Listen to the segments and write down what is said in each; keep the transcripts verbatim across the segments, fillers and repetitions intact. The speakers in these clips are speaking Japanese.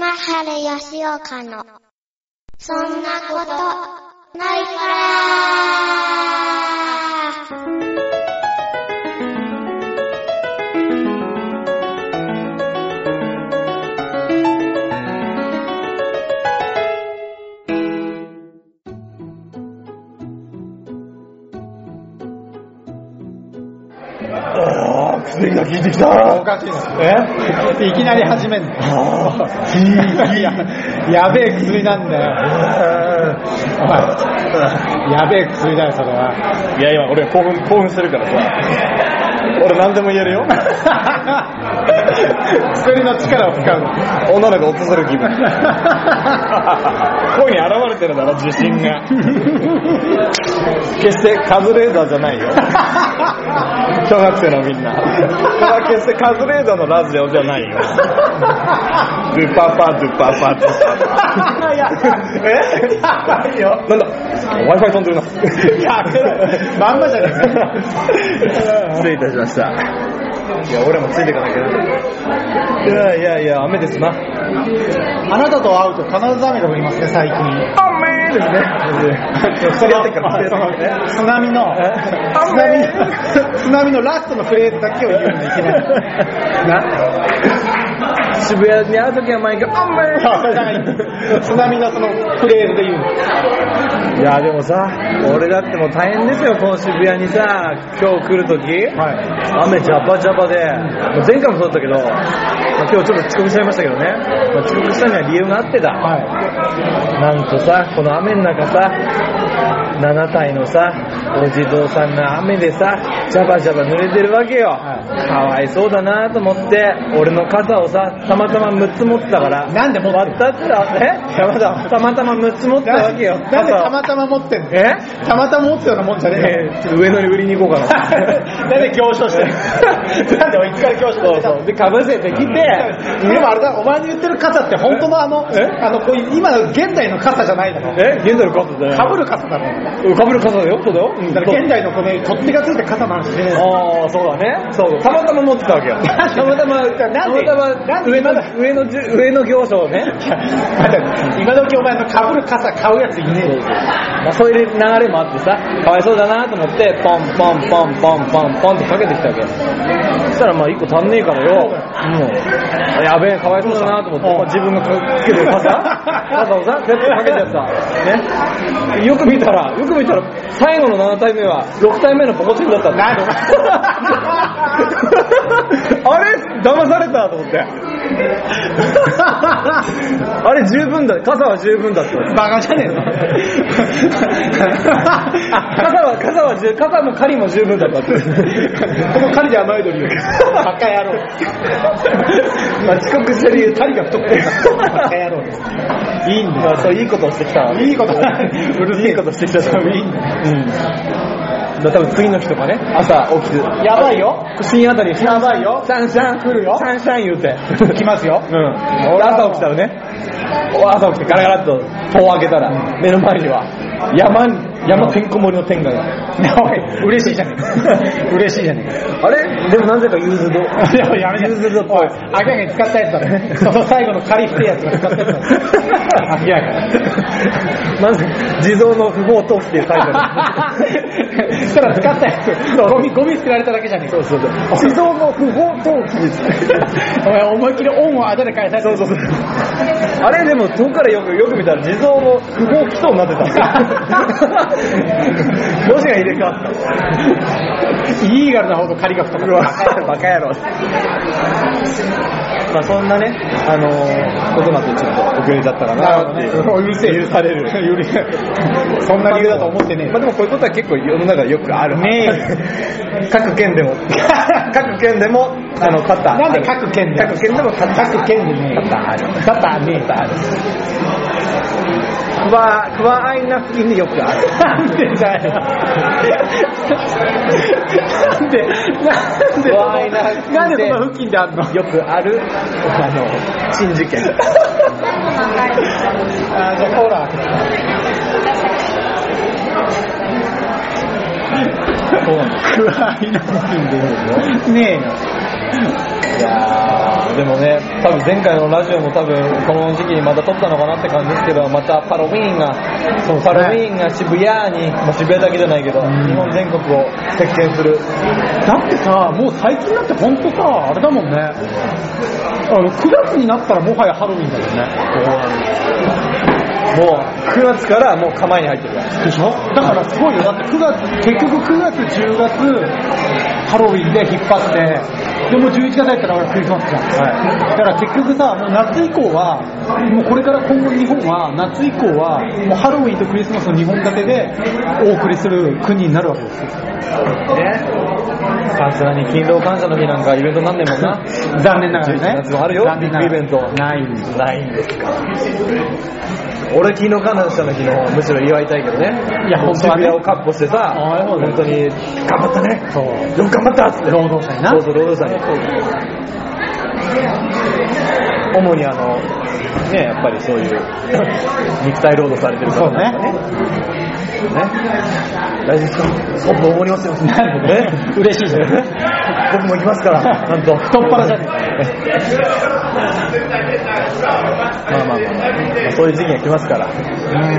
原義岡のそんなことないから薬が効いてきた。 おかしいな。え？いきなり始めんの。や, やべえ薬なんだよ。やべえ薬だよそれは。 いや今俺興奮興奮してるからさ。俺何でも言えるよ。 薬の力を使う。 女の子を落とせる気分。声に現れてるだろ自信が。決してカズレーザーじゃないよ。小学生のみんな。これは決してカズレーザーのラジオじゃないよ。ドゥパパドゥパパドゥパパ。 やえ？やばいよ。 なんだ Wi-Fi 飛んでるな。 いやまんまじゃない。 失礼いたしました。いや俺もついていかなきゃな。いやいやいや雨ですな。 あなたと会うと必ず雨が降りますね最近。 雨ですね。二人やってっから津波の津波津波のラストのフレーズだけを言うのいけないな。 渋谷に会うときは毎回雨。 津波のそのフレーズで言うの。 いやでもさ俺だってもう大変ですよこの渋谷にさ今日来るとき、はい、雨ジャバジャバで、もう前回もそうだったけど、まあ、今日ちょっと遅刻しちゃいましたけどね、まあ、遅刻したには理由があってだ、はい、なんとさこの雨の中さななたいのさお地蔵さんが雨でさジャバジャバ濡れてるわけよ、はい、かわいそうだなと思って俺の傘をさたまたまむっつ持ってたから、 なんで持ってたってたえたまたまむっつ持ってたわけよ。 なんでたまたま持ってんの？ えたまたま持ってたようなもんじゃねえよ、 えー、上野に売りに行こうかな。 なんで行商してるなんでいつから行商してる。 そうそうでかぶせてきてでもあれだお前の言ってる傘って本当のあのあのこう今の現代の傘じゃないだろ。 え現代の傘だよ。 かぶる傘だろ。 かぶる傘だよ。そうだよ、うん、 だから現代のこの取っ手がついた傘なんですね。 ああそうだね。そうたまたま持ってたわけよ。たまたまたまたま上の上の上の行商ね。 今時お前のかぶる傘買うやついねえよ。 まあそういう流れもあってさかわいそうだなと思ってポンポンポンポンポンポンってかけてきたわけ。そしたらまあいっこ足んねえからよ、もうやべえかわいそうだなと思って、まあ、自分がつけてる傘傘をさ全部かけてやったね。よく見たらよく見たら最後のななたいめはろくたいめのポコチンだったんだ。あれ騙されたと思って。あれ十分だ、傘は十分だって。 バカじゃねえの。 傘は傘は十傘も狩りも十分だったって。 この狩りで甘いどりよ。バカ野郎。 まあ遅刻してる理由狩りが太くてバカ野郎。いいんだよ。 まあそういいことをしてきた。 いいこと。 うるせえことしてきた。 いいんだよ。うん。 多分次の日とかね朝起きてやばいよ深夜あたりやばいよシャンシャン来るよシャンシャン言うて来ますよ。 うん朝起きたらね朝起きてガラガラっと戸を開けたら、うん、目の前には山山てんこ盛りの天下がおい嬉しいじゃねえ嬉しいじゃねえあれでもなぜかユーズドやめてユーズドっぽい明らかに使ったやつだねその最後のカリフテやつが使ったやつだ明らかにまず地蔵の不法投棄っていうタイトルそしたら使ったやつゴミゴミ捨てられただけじゃねえそうそうそう地蔵の不法投棄お前思いっきりオンをあだで返されてそうそうそうあれでも遠くからよくよく見たら地蔵も不法基礎になってた文字が入れ替わったイーガルなほど狩りが太かったバカ野郎まあそんなねあのー、ことなってちょっと遅れちゃったかなっていううるせえ許される許せそんな理由だと思ってねえ。 まあでもこういうことは結構世の中でよくあるねえ各県でも各県でもあの勝ったなんで各県で各県でも勝った各県でね勝ったある勝ったねえあるクワクワアイナ付近でよくあるなんでだよなんでなんでクワアイナなんでその付近であるのよくあるあの珍事件あじゃあほらクワアイナ付近でよねえよいやでもね、多分前回のラジオも多分この時期にまた撮ったのかなって感じですけど、またハロウィーンが、そう、ハロウィーンが渋谷に、まあ、渋谷だけじゃないけど、日本全国を席巻する。 だってさ、もう最近になって本当さ、あれだもんね。あのくがつになったらもはやハロウィンだよね。 そうなんです。もうくがつからもう構えに入ってるからでしょ。だからすごいよ。だってくがつ、結局くがつじゅうがつハロウィンで引っ張って、でもじゅういちがつ入ったらクリスマスじゃん、はい、だから結局さ、もう夏以降はもうこれから今後日本は夏以降はもうハロウィンとクリスマスのにほん立てでお送りする国になるわけですよね。さすがに勤労感謝の日なんかイベントなんねんもんな残念ながらね。 じゅういちがつもあるよ、ビッグイベントないんです。 ないんですか。俺勤労感謝の日のむしろ祝いたいけどね。 いや本当はね、 渋谷を確保してさ、本当に頑張ったね、そうよく頑張ったっつって労働者にな、 そうそう労働者に主にあのね、やっぱりそういう肉体労働されてる方なんかね。ね、大丈夫ですか？そっと思いますよ。ね、 嬉しいじゃん。 僕も行きますから、なんと太っ腹じゃねえ。まあまあまあ、まあ、そういう時期が来ますから。うん。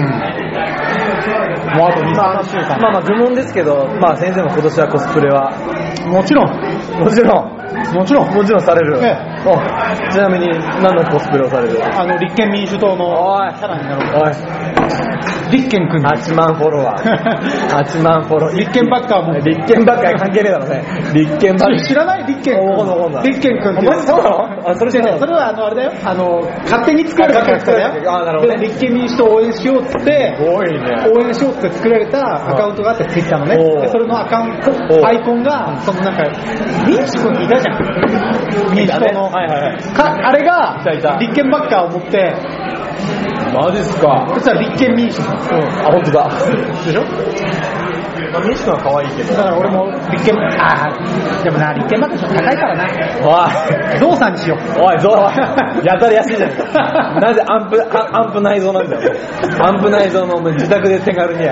もうあとに、さんしゅうかん。 まあまあ愚問ですけど、まあ先生も今年はコスプレはもちろん、 もちろん。 もちろんもちろんされる、 ええ、ちなみに何のコスプレをされる？ あの立憲民主党のキャラになる。 おい立憲君はちまんフォロワーはちまんフォロー立憲ばっかも立憲ばっか関係ねえだろね。立憲ばっか知らない立憲立憲君ってマジそうなの？あ、それ知らない。 それはあのあれだよ、あの勝手に作られたキャラクターだよ。 あ、なるほどね。 立憲民主党を応援しようっつってすごいね、 応援しようって作られたアカウントがあって、ツイッターのね。でそれのアカウントアイコンがそのなんか民主君いたじゃん、民主党の、はいはいはい、かあれが立憲バッカーを持って、 マジっすか。 そしたら立憲民主、うん、 あ、本当だでしょ。民主君は可愛いけど、 だから俺も立憲、ああでもな、立憲バッカー高いからな。 おい、 ゾウさんにしよう。 おい、ゾウやたら安いじゃんか。なぜアンプアンプ内蔵なんだよ。アンプ内蔵の自宅で手軽にや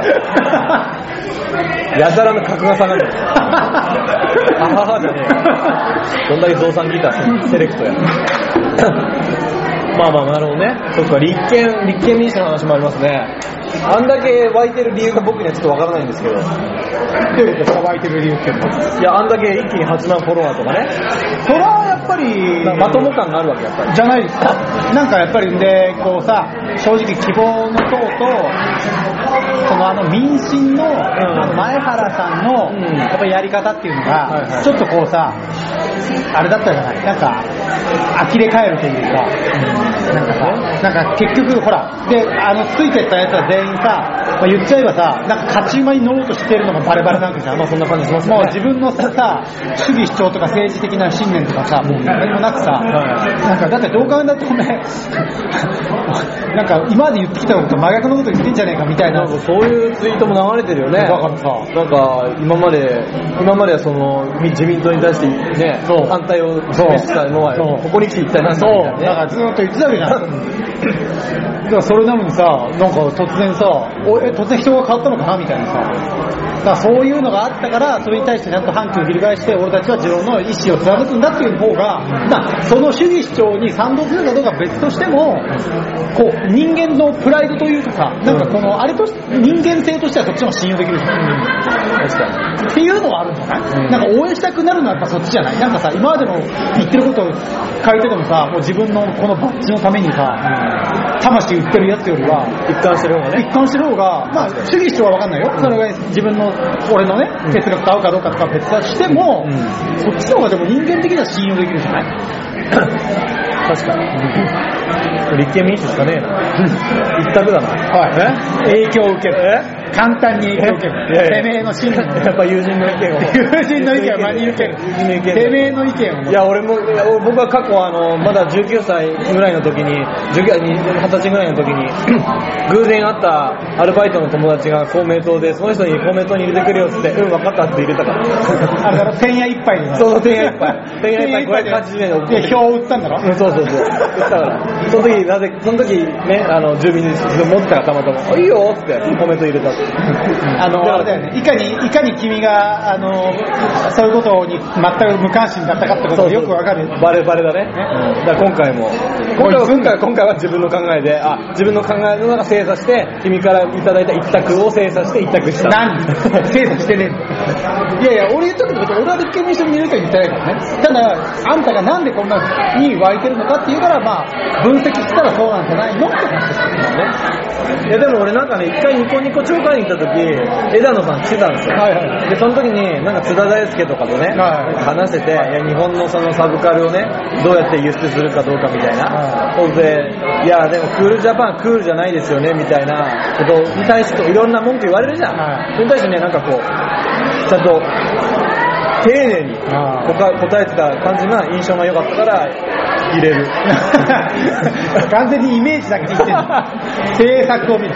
やたらの格が下がる。あははじゃねえよ。どんだけゾウさんギターセレクトや。まあまあ、なるほどね。そっか、立憲、立憲民主の話もありますね。あんだけ湧いてる理由が僕にはちょっとわからないんですけど。 どういうことですか、湧いてる理由っていうのは。 いや、あんだけ一気にはちまんフォロワーとかね。 それはやっぱりまとも感があるわけ、やっぱり。 じゃないですか。なんかやっぱりで、こうさ、正直希望の党と、そのあの民進の、うん、あの前原さんの、うん、やっぱりやり方っていうのが、はいはい、ちょっとこうさ、あれだったじゃない、なんか、呆れ返るというか、うん、なんかさ、なんか結局、ほら、で、あの、ついてったやつは全員さ、まあ、言っちゃえばさ、なんか勝ち馬に乗ろうとしてるのがバレバレなんかじゃん。 まあそんな感じしますね。 もう自分のさ、主義主張とか政治的な信念とかさ、もう何もなくさ、はい、なんかだってどう考えたってお前、なんか今まで言ってきたことと真逆のこと言ってんじゃねえかみたいな。 なんかそういうツイートも流れてるよね。 だからさ、 なんか今まで、今まではその自民党に対してね、反対を示したのは、ここに来て一体何だみたいなね。 だからずっと言ってたわけじゃん。だからそれなのにさ、なんか突然さ、おえ突然人が変わったのかなみたいなさ、だからそういうのがあったから、それに対してちゃんと反旗を翻して、俺たちは自分の意思を貫くんだっていう方が、まあ、その主義主張に賛同するかどうか別としても、こう人間のプライドというかさ、なんかこのあれと人間性としてはそっちの方が信用できるじゃん。うん、確かに。っていうのはあるんじゃない？うん、なんか応援したくなるのはやっぱそっちじゃない？なんかさ、今までの言ってることを書いててもさ、もう自分のこのバッジのためにさ、うん、魂売ってるやつよりは一貫してる方がね。 一貫してる方が、まあ主義主張は分かんないよ。それが自分の俺のね、うん、哲学と合うかどうかとか別だとしても、うん、そっちの方がでも人間的には信用できるじゃない？ 確かに。立憲民主しかねえな。一択だな。 はい。影響を受ける。え？簡単に影響を受ける。てめえの信念。 やっぱ友人の意見を。 友人の意見を真に受ける。てめえの意見を。 いや、俺も、僕は過去あの、まだじゅうきゅうさいぐらいの時に、じゅうきゅう、はたちぐらいの時に、偶然会ったアルバイトの友達が公明党で、その人に公明党に入れてくれよって、うん、分かったって入れたから。 あれだろ、天野一杯で。 そうそう、天野一杯。天野一杯ごひゃくはちじゅうえんで。 で、票を売ったんだろ？ うん、そうそうそう。売ったから。その時、なぜ、その時ね、あの、住民に持ってたからたまたま、いいよってコメント入れたって。 あのあれだよね、いかにいかに君があのそういうことに全く無関心だったかってことがよくわかる。 バレバレだね。うん、だから今回も今回は今回は今回は自分の考えで、あ自分の考えの中精査して君からいただいた一択を精査して一択した。 何？精査してねえ。いやいや俺言ったけど俺は立憲民主党に入れるか言ってないからね。ただあんたがなんでこんなに湧いてるのかっていうからまあ分析したらそうなんじゃないのって話ですけどね。 いやでも俺なんかね一回ニコニコ超会に行った時枝野さん来てたんですよ、はいはい、でその時になんか津田大介とかとね、はい、話してて、いや日本のそのサブカルをねどうやって輸出するかどうかみたいなこと、はい、でいやでもクールジャパンクールじゃないですよねみたいなことに対していろんな文句言われるじゃん、はい、それに対してねなんかこうちゃんと丁寧に答えてた感じが印象が良かったから入れる完全にイメージだけで言ってる制作を見る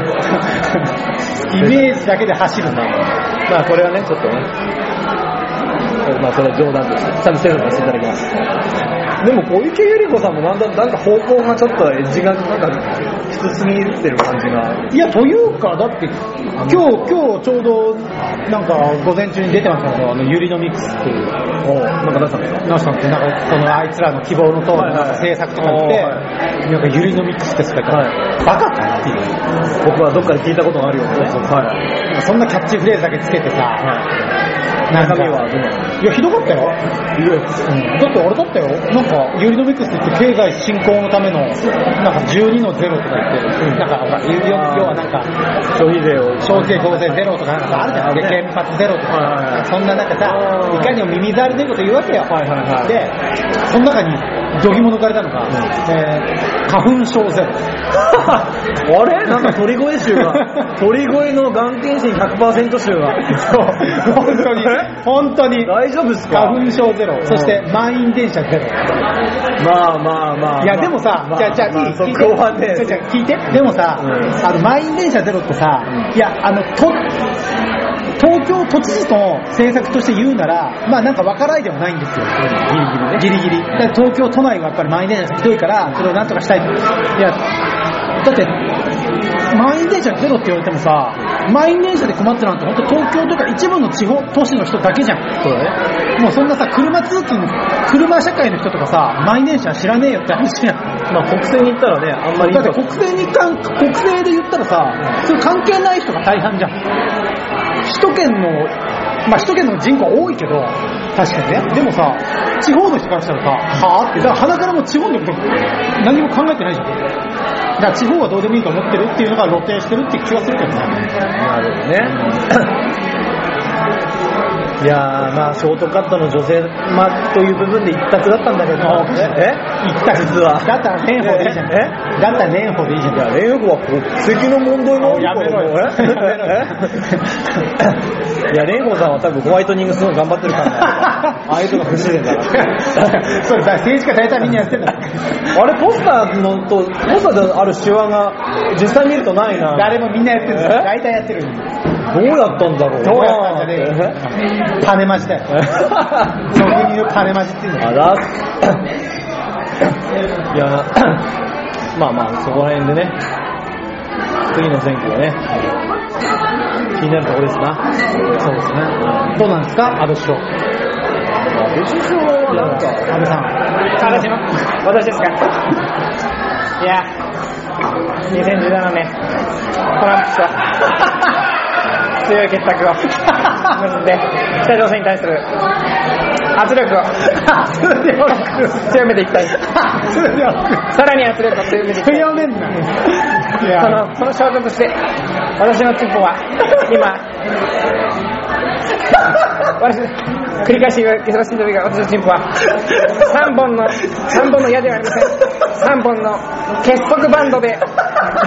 イメージだけで走るんだ。 まあこれはねちょっとねまあそれは冗談としてちゃんと精査させていただきます。でも小池百合子さんもなんだなんか方向がちょっとエッジがなんかきつすぎてる感じが。 いやというかだって今日今日ちょうどなんか午前中に出てましたけどあのユリノミックスっていうなんか出したんですか。 出したんですよ。なんかそのあいつらの希望の通りの政策とか言って、はいはい、なんかユリノミックスですから、はい、バカかっていう。 僕はどっかで聞いたことがあるよね。そうそう、はい、 そんなキャッチフレーズだけつけてさ。はい中身はどうなの？ いやひどかったよ。いや、うん、だってあれだったよ。なんかユリノミックスって言って経済振興のためのなんかじゅうにのゼロとか言って、うん、なんかほら要はなんか消費税を消費税増税ゼロとかなんかあるじゃん。で原発ゼロとか、はいはい、そんな中さいかにも耳障りでいいこと言うわけよ。はいはいはい、でその中にどぎも抜かれたのが、うんえー、花粉症ゼロ。 あれなんか鳥越臭が鳥越のがん検診 ひゃくパーセント 臭がそう本当に本当に大丈夫ですか。 花粉症ゼロ、そして満員電車ゼロ。 まあまあまあいやでもさ、まあ、じゃあじゃあ、まあ、いい、 そこはね、 じゃあ聞いて。でもさ、うん、あの満員電車ゼロってさ、うん、いやあのと東京都知事の政策として言うならまあなんか分からないではないんですよ。ギリギリね。ギリギリ。だから東京都内はやっぱり満員電車がひどいからそれをなんとかしたい。いやだって満員電車ゼロって言われてもさ、満員電車で困ってるなんて本当東京とか一部の地方都市の人だけじゃん。 そうだね。 もうそんなさ車通勤車社会の人とかさ満員電車知らねえよって話やん。 まあ国政に行ったらねあんまりだって国政にかん国政で言ったらさ、うん、それ関係ない人が大半じゃん。首都圏のまあ首都圏の人口多いけど確かにね。でもさ地方の人からしたらさはぁってだから鼻からも地方のこと何も考えてないじゃん。だから地方はどうでもいいと思ってるっていうのが露呈してるって気はするけどね。 なるほどね。いやーまあショートカットの女性、まあ、という部分で一択だったんだけどえ一択実はだったら蓮舫でいいじゃん。えだったら蓮舫でいいじゃん。いや蓮舫は国籍の問題がやめろよ。 いや蓮舫さんは多分ホワイトニングすごい頑張ってるからああいうとこ不自然だからそれさ政治家大体みんなやってんだあれポスターのとポスターである手話が実際見るとないな。 誰もみんなやってるんだよ。大体やってる。 どうやったんだろう。 どうやったんじゃねえよ。種まじだよ。俗に言う種まじって言うんだよ。 あらいやまあまあそこら辺でね次の選挙はね気になるところですな。 そうですね。どうなんですか安倍首相。 安倍首相はなんか安倍さん私の私ですか。いやにせんじゅうななねんトランプと強い結託を結んで北朝鮮に対する圧力を強めていきたい。さらに圧力を強めていきたい。強めんな。そのその象徴として私のチンポは今私繰り返し言わせていただくが私のチンポはさんぼんのさんぼんの矢ではありません。さんぼんの結束バンドで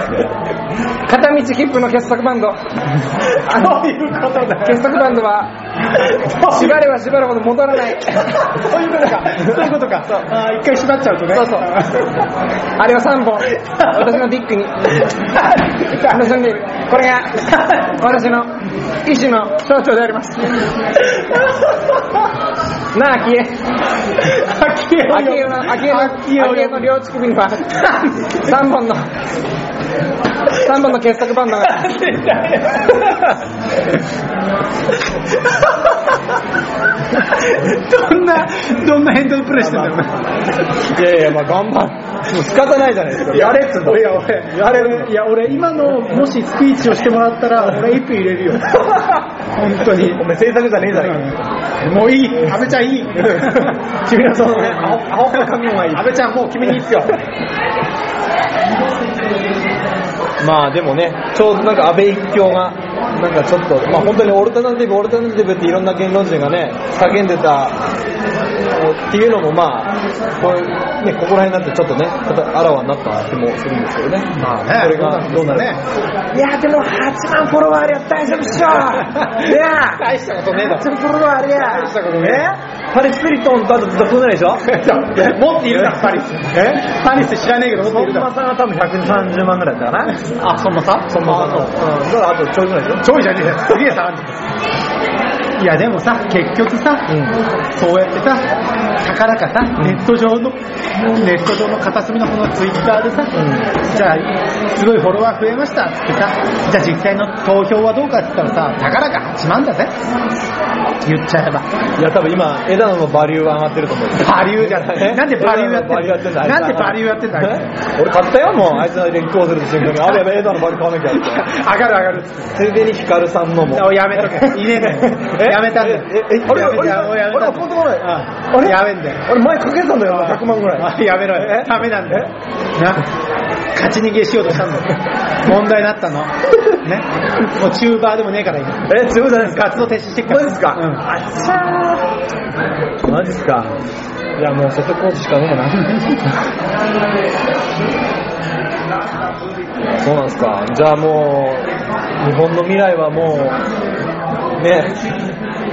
片道切符の結束バンド。あの結束バンドは縛れば縛るほど戻らない。 そういうことか。そういうことか。あ一回縛っちゃうとね。 そうそう。あれをさんぼん、私のディックに結んでいる。これが私の意志の象徴であります。なあ、昭恵。昭恵の、昭恵の、昭恵の両乳首にはさんぼんのさんぼんの傑作バンドがどんなどんな変動プレイしてんだろうね。 いやいや、まあ頑張る。もう仕方ないじゃないですか。やれっつうんだ。 いや俺やれいや俺今のもしスピーチをしてもらったら俺一票入れるよ。本当に。 お前制作じゃねえじゃねえか。 もういい。安倍ちゃんいい。 君のそのね、アホか髪はいい。 安倍ちゃんもう君にいいっすよ。 まあでもね、ちょうどなんか安倍一強がなんかちょっと、まあ本当にオルタナティブオルタナティブっていろんな言論人がね叫んでたっていうのもまあこれねここら辺になってちょっとねあらわになった気もするんですけどね。 まあね、 それがどうなるね。 いやでもはちまんフォロワーありゃ大丈夫っしょ。いや大したことねえだろ。 はちまんフォロワーありゃ大したことねえ。 パリスピリットンとあとどこないでしょ。 もっといるだろパリス。え？パリス知らねえけどもっといるだろ。 孫正さんが多分ひゃくさんじゅうまんぐらいだったかな。 あ、孫正？ 孫正さん。うん。だからあとちょいぐらいでしょ。 ちょいじゃねえよ。すげえ下がる。いやでもさ結局さ、うん、そうやってさたかだかさ、うん、ネット上のネット上の片隅のこのツイッターでさ、うん、じゃあすごいフォロワー増えましたっつってさ、じゃあ実際の投票はどうかって言ったらさたかだかはちまんだぜ言っちゃえば。 いや多分今枝野のバリューは上がってると思う。 バリューじゃないなんでバリューやってんだ。なんでバリューやってんだ。 俺買ったよもうあいつが立候補する瞬間にあれやべ枝野のバリュー買わなきゃって上がる上がる。 ついでにヒカルさんのもやめとけ。いねえねやめたんだよ。 ええあれあれあれあれ本当ない。 あれやめんだよ。 俺前かけたんだよひゃくまんぐらい。 やめろよ。ダメなんだよ。な勝ち逃げしようとしたんだよ。問題になったの。ね。もうチューバーでもねえから今。 えチューバーじゃないですか。 活動停止してっから。 マジですか。 うん。 あっちゃー。マジですか。いやもう瀬戸コーチしかねえな。そうなんですか。じゃあもう日本の未来はもうね。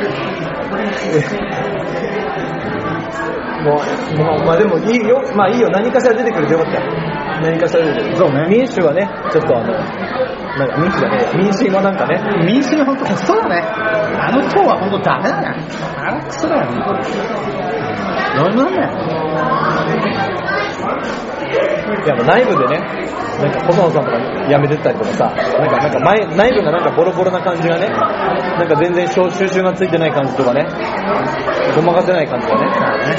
もう、まあ、まあでもいいよ、まあいいよ、何かしら出てくるでよかったよ。何かしら出てくる。 そうね。 民主はね、ちょっとあの、なんか民主だね、民進はなんかね。 民進は本当クソだね。あの党は本当ダメだね。あれクソだよ、本当に。どうにもなんだよ。 いや内部でね、なんか細野さんとか辞めてったりとかさ、なんかなんか前内部がなんかボロボロな感じがね、なんか全然収集がついてない感じとかね、ごまかせない感じがね。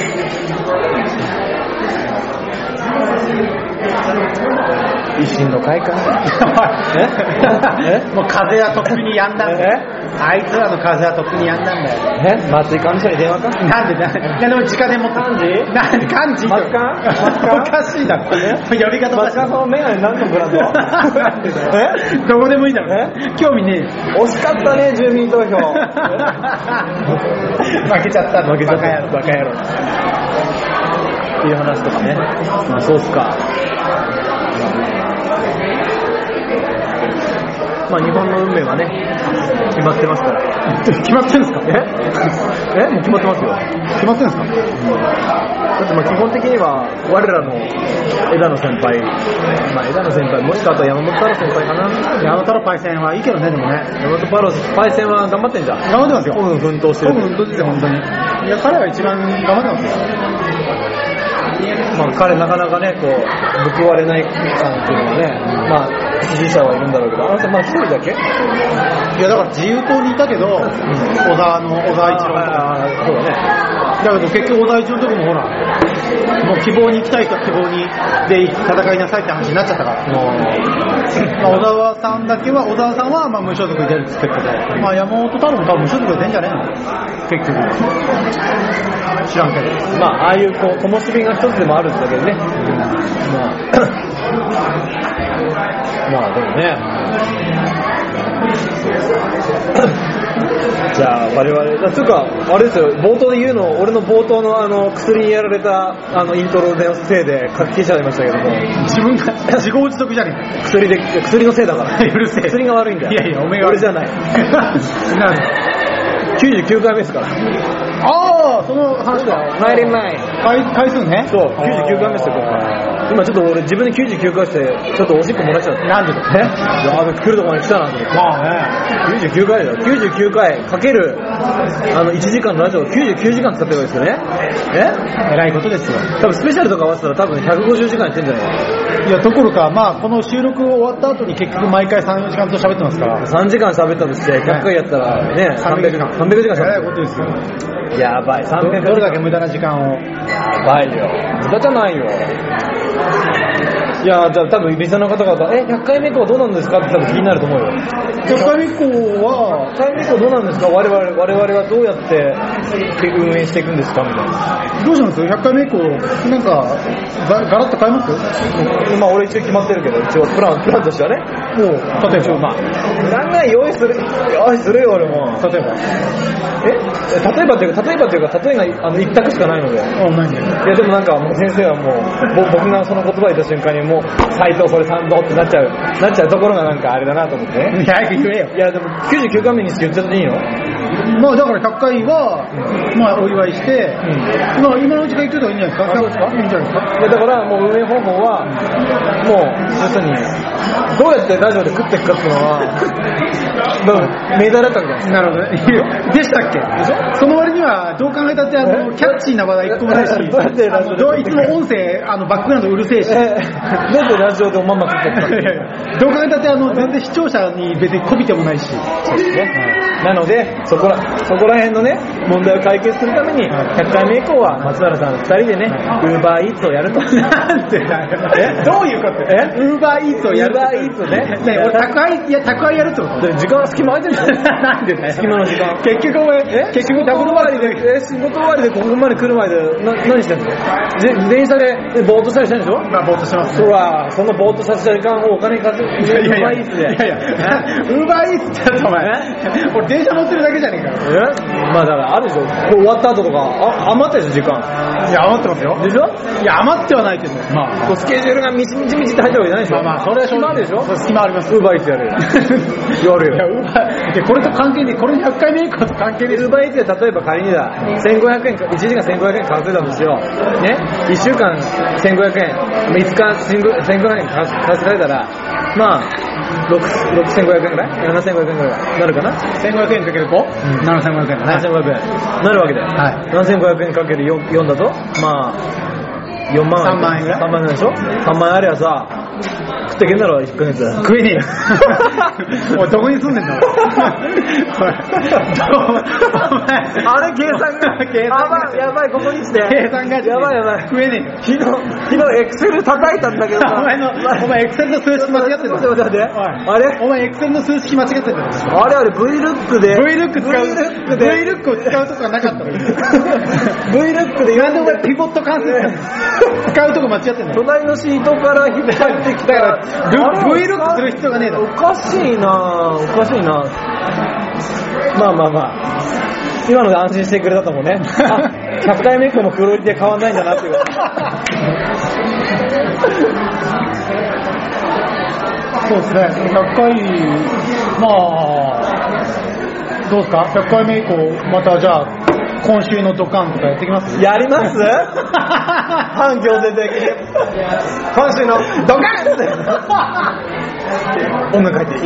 維新の会かええもう風はとっくにやんだんだよ。あいつらの風はとっくにやんだんだよ。 え松井幹事長に電話かなんでなんでも直電も幹事なんで幹事松幹おかしいだろ呼び方おかしい。 松幹さんのメガネ何のブランドえどこでもいいだろ興味ねえ。 惜しかったね住民投票負けちゃった負けちゃったバカ野郎っていう話とかね。まあそうっすか。まあ日本の運命はね決まってますから。 決まってるんですか。 ええもう決まってますよ。 決まってるんですか。 だってまあ基本的には我らの枝野先輩、まあ枝野先輩もしくはあと山本太郎先輩かな。 山本太郎パイセンはいいけどねでもね。 山本太郎パイセンは頑張ってんじゃん。 頑張ってますよ。 うん奮闘してる。 奮闘してる本当に。いや彼は一番頑張ってますよ。 まあ彼なかなかねこう報われない感っていうのはね、まあ支持者はいるんだろうけど、あの人まあ一人だけ？ いやだから自由党にいたけど、うん、小沢の小沢一郎とか。 そうだね。 だけど結局小沢一郎のとこもほら、もう希望に行きたい人は希望にで戦いなさいって話になっちゃったから。まあ、小沢さんだけは小沢さんはまあ無所属で出るって言ってるけど、まあ山本太郎も多分無所属で出んじゃねえの？結局。知らんけど。 まあああいうこう灯火が一つでもあるんだけどね。うん、まあまあでもね。じゃあ我々つうかあれですよ冒頭で言うの俺の冒頭のあの薬にやられたあのイントロのせいで書き消しちゃいましたけども自分が自業自得じゃねえ薬で薬のせいだからうるせえ薬が悪いんだよ。 いやいやおめが俺じゃないきゅうじゅうきゅうかいめですから。 ああ、その話だ。 参りまい。 回回数ね。 そう、きゅうじゅうきゅうかいめですよ、今回。今ちょっと俺自分できゅうじゅうきゅうかいして、ちょっとおしっこ漏らしちゃった。 なんでだえいや、あの来るとこまで来たなと思って。 まあね。 きゅうじゅうきゅうかいだよ。きゅうじゅうきゅうかいかける、あの、いちじかんのラジオをきゅうじゅうきゅうじかん使ってるわけですよね。え偉いことですよ。 多分スペシャルとか合わせたら多分ひゃくごじゅうじかんやってんじゃないいや、ところか、まあ、この収録終わった後に結局毎回さん、よじかんと喋ってますから。 さんじかん喋ったとして、ひゃっかいやったらね、さんびゃくじかん。さんびゃくじかん偉いことですよ。 やばい、さんびゃくどれだけ無駄な時間を。 やばいよ。無駄じゃないよ。いや、じゃあ多分リスナーの方々、え、ひゃっかいめ以降はどうなんですかって多分気になると思うよ。 ひゃっかいめ以降は、 ひゃっかいめ以降どうなんですか我々、我々はどうやって運営していくんですかみたいな。 どうします ?ひゃっかいめ以降、なんか、ガガラッと変えますまあ俺一応決まってるけど、一応プラン、プランとしてはね。 もう、例えば。まあ、 プランが用意する、用意するよ俺も。 例えば。 え例えばっていうか、例えばっていうか、例えがあの一択しかないので。 あ、何でいやでもなんかもう先生はもう、ぼ僕がその言葉を言った瞬間にもう、斎藤それ賛同ってなっちゃう、なっちゃうところがなんかあれだなと思ってね。 いや、早く言えよ。 いやでもきゅうじゅうきゅうかいめにして言っちゃっていいの？ まあだからひゃっかいは、まあお祝いして、まあ今のうちから言ってた方がいいんじゃないですか。 あそうですか？ いいんじゃないですか。 いやだからもう運営方法は、もう、要するに、どうやってラジオで食っていくかっていうのは、命題だったわけじゃないですか。 なるほどね。でしたっけ？でしょ？その割には、どう考えたって、あの、キャッチーな話題一個もないし、 どうやってラジオでどういつも音声、あの、バックグラウンドうるせえし。 え、なんでラジオでおまんま食っていくかっていう。 どう考えたって、あの、全然視聴者に別にこびてもないし。 そうですね。なので、そこら、そこら辺のね、問題を解決するために、ひゃっかいめ以降は松原さんふたりでね、ウーバーイーツをやると。 なんでだよ。えどういうことえウーバーイーツをやる。 ウーバーイーツをね。 ね俺、宅配、いや、宅配やるってこと時間、隙間空いてるでしょなんでだよ。 隙間の時間。 結局お前、 え結局ダブル終わりで、え、仕事終わりでここまで来る前で、な、何してんの？で、電車でぼーっとしたりしたんでしょ？ まあ、ぼーっとしてます。 そら、そんなぼーっとさせた時間をお金稼ぐ。 いやいやいや、 ウーバーイーツで。 いやいや、ウーバーイーツってやつお前、俺電車乗ってるだけじゃねえかよ。 えまあだからあるでしょ。こう終わった後とか、あ、余ったでしょ、時間。 いや、余ってますよ。 でしょ？ いや、余ってはないけど、まあ。 こうスケジュールがみちみちみちって入ったわけじゃないでしょ。 まあまあ、それは隙間あるでしょ。 隙間あります。 ウーバーイーツやるよ。やるよ。 いや、ウーバー、いや、これと関係ねえ、これひゃっかいめ以降と関係ねえ。 ウーバーイーツで例えば仮にだ、せんごひゃくえん、いちじかんせんごひゃくえん稼いだんですよ。ね、いっしゅうかんせんごひゃくえん、みっかせんごひゃくえん稼いだら、まあ、ろくせんごひゃくえんぐらい ?ななせんごひゃくえんぐらいなるかな？ せんごひゃくえんかける ご？ ななせんごひゃくえんだね。 ななせんごひゃくえん。なるわけだよ。 はい。 ななせんごひゃくえんかけるよんだと、まあ、よんまん。 さんまんえんぐらい ?さんまんえんでしょ ?さんまんえんあればさ、食ってけんだろ、いっかげつ。 食えねえよ。おい、どこに住んでんだおい。 あれ、計算が、 計算がやばい、ここにして。 計算がやばいやばい。 食えねえよ。 昨日、昨日エクセル叩いたんだけどさ。 お前の、お前エクセルの数式間違ってんだちょっと待って待って。あれお前エクセルの数式間違ってんだよ。 あれあれ、VLOOK で。 VLOOK 使う。 VLOOK で。 VLOOK を使うとこがなかったの。 VLOOK で。 なんでお前ピボット関数使うとこ間違ってんだよ。 隣のシートから引っ張ってきた。 だから、VLOOK する必要がねえだろ。 おかしいなぁ、おかしいなぁ。まあまあまあ。今ので安心してくれたと思うね。あ、ひゃっかいめ以降もクオリティ変わんないんだなっていう。 そうですね、ひゃっかい、まあ、どうですか、ひゃっかいめ以降、またじゃあ、今週のドカンとかやってきますやります反強制的に。今週のドカンって。音楽入って、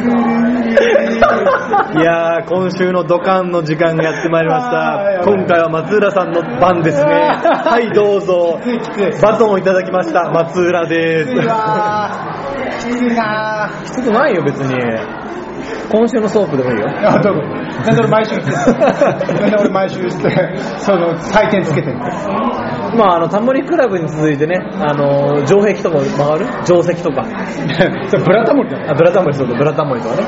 いやー、今週のドカンの時間がやってまいりました。今回は松浦さんの番ですね。はい、どうぞ。バトンをいただきました。松浦です。 きついわー。きついなー。 きつくないよ、別に。今週のソープでもいいよ。 あ、どうぞ。なんで俺毎週言ってなんで俺毎週言って、その、採点つけてるのまあ、あの、タモリクラブに続いてね、あの、城壁とか回る定石とか。 それブラタモリだね。 あ、ブラタモリ、そうだ、ブラタモリとかね。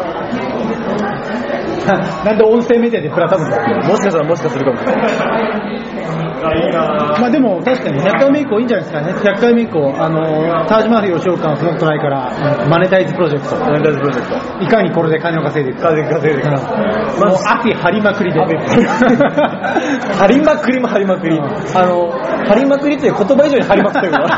なんで音声メディアでブラタモリだもしかしたらもしかするかもしれない。あ、いいなまあでも確かにひゃっかいめ以降いいんじゃないですかね。ひゃっかいめ以降、あの、タージマハル吉岡のそのトライから、マネタイズプロジェクト。 マネタイズプロジェクト。 いかにこれで金を稼いでいくか。 稼いで稼いでいくか。 もう秋張りまくりで。 張りまくりも張りまくり。あの、張りまくりっていう言葉以上に張りまくってるから。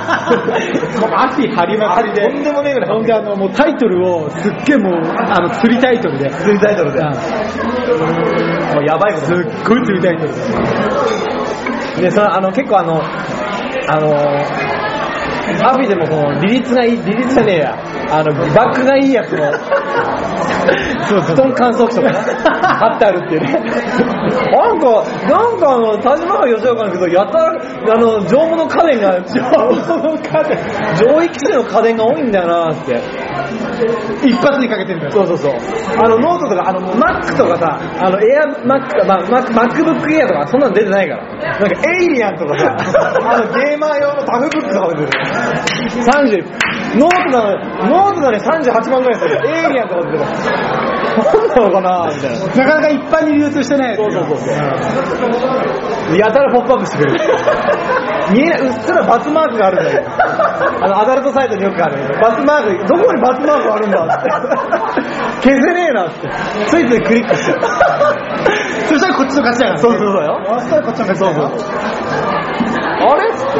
秋張りまくりで。 とんでもねえぐらい。 ほんであの、もうタイトルをすっげえもう、あの、釣りタイトルで。 釣りタイトルで。 ももうやばいことすっごい釣りたいんだよ。 で、その、あの、結構あの、あの、アフィでもこの、利率がいい、利率じゃねえや。あの、バックがいいやつの、布団乾燥機とかね、貼ってあるっていうね。なんか、なんかあの、田島が吉岡のけど、やたら、あの、上物家電が、上物家電上位機種の家電が多いんだよなって。 一発にかけてるから。 そうそうそう。あの、ノートとか、あの、Mac とかさ、あの、エア Mac とか、まあ、MacBook Air とか、そんなの出てないから。なんか、エイリアンとかさ、あの、ゲーマー用のタフブックとか出てる。さんじゅう、ノートなのに、ノートなのにさんじゅうはちまんぐらいする。エイリアンとか出てる。なんなのかなみたいな。 なかなか一般に流通してない。 そうそうそうそう。やたらポップアップしてくる。見えない、うっすらバツマークがあるんだよ。あの、アダルトサイトによくある。バツマーク、どこにバツマークがあるんだって。消せねえなって。ついついクリックして。 そしたらこっちの勝ちだから、ね。 そうそうそうよ。 そしたらこっちの勝ちだよ。そうそうそう。 あれっつって。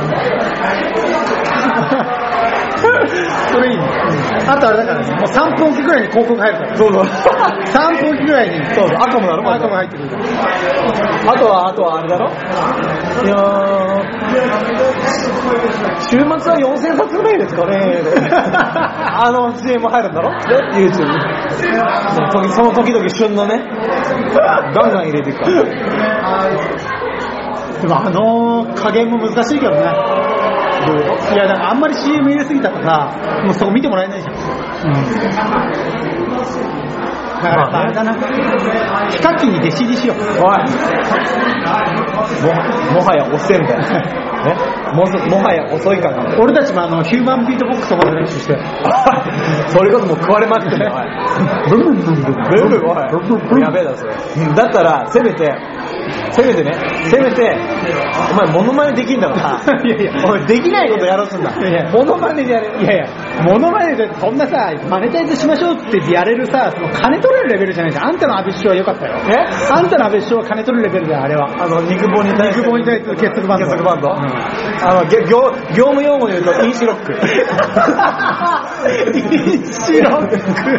それいいね。あとあれだからね、もうさんぷんおきぐらいに広告入るから。 そうそう。 さんぷんおきぐらいに。 そうそう。赤もだろ赤も入ってくるから。 あとは、あとはあれだろいやー、週末はよんせんさつぐらいですかねあの シーエム 入るんだろ YouTube に。その時々旬のね、ガンガン入れていくから。 でもあの加減も難しいけどね。いやだからあんまり シーエム 入れすぎたらさ、もうそこ見てもらえないじゃん。うん。だからあれだな、ヒカキンに弟子入りしよう。 おい。も、もはや遅いんだよ。ね、も, もはや遅いから。 俺たちもあのヒューマンビートボックスとかで練習して。 それこそもう食われまくってんだよ。ブンブンブンブンブンブン。おい。やべえだそれ。だったらせめて。せめてね、せめて、お前モノマネできんだからさ、いやいや、お前できないことやろうとすんだ。いやいや、モノマネでやれ。 いやいや、モノマネでそんなさ、マネタイズしましょうってやれるさ、その金取れるレベルじゃないじゃん。あんたの安倍首相は良かったよ。 え？ あんたの安倍首相は金取るレベルだよ、あれは。 あの、肉棒に対して。 肉棒に対する結束バンド。 結束バンド、うん、あの、業、業務用語で言うと、インシロック。インシロック。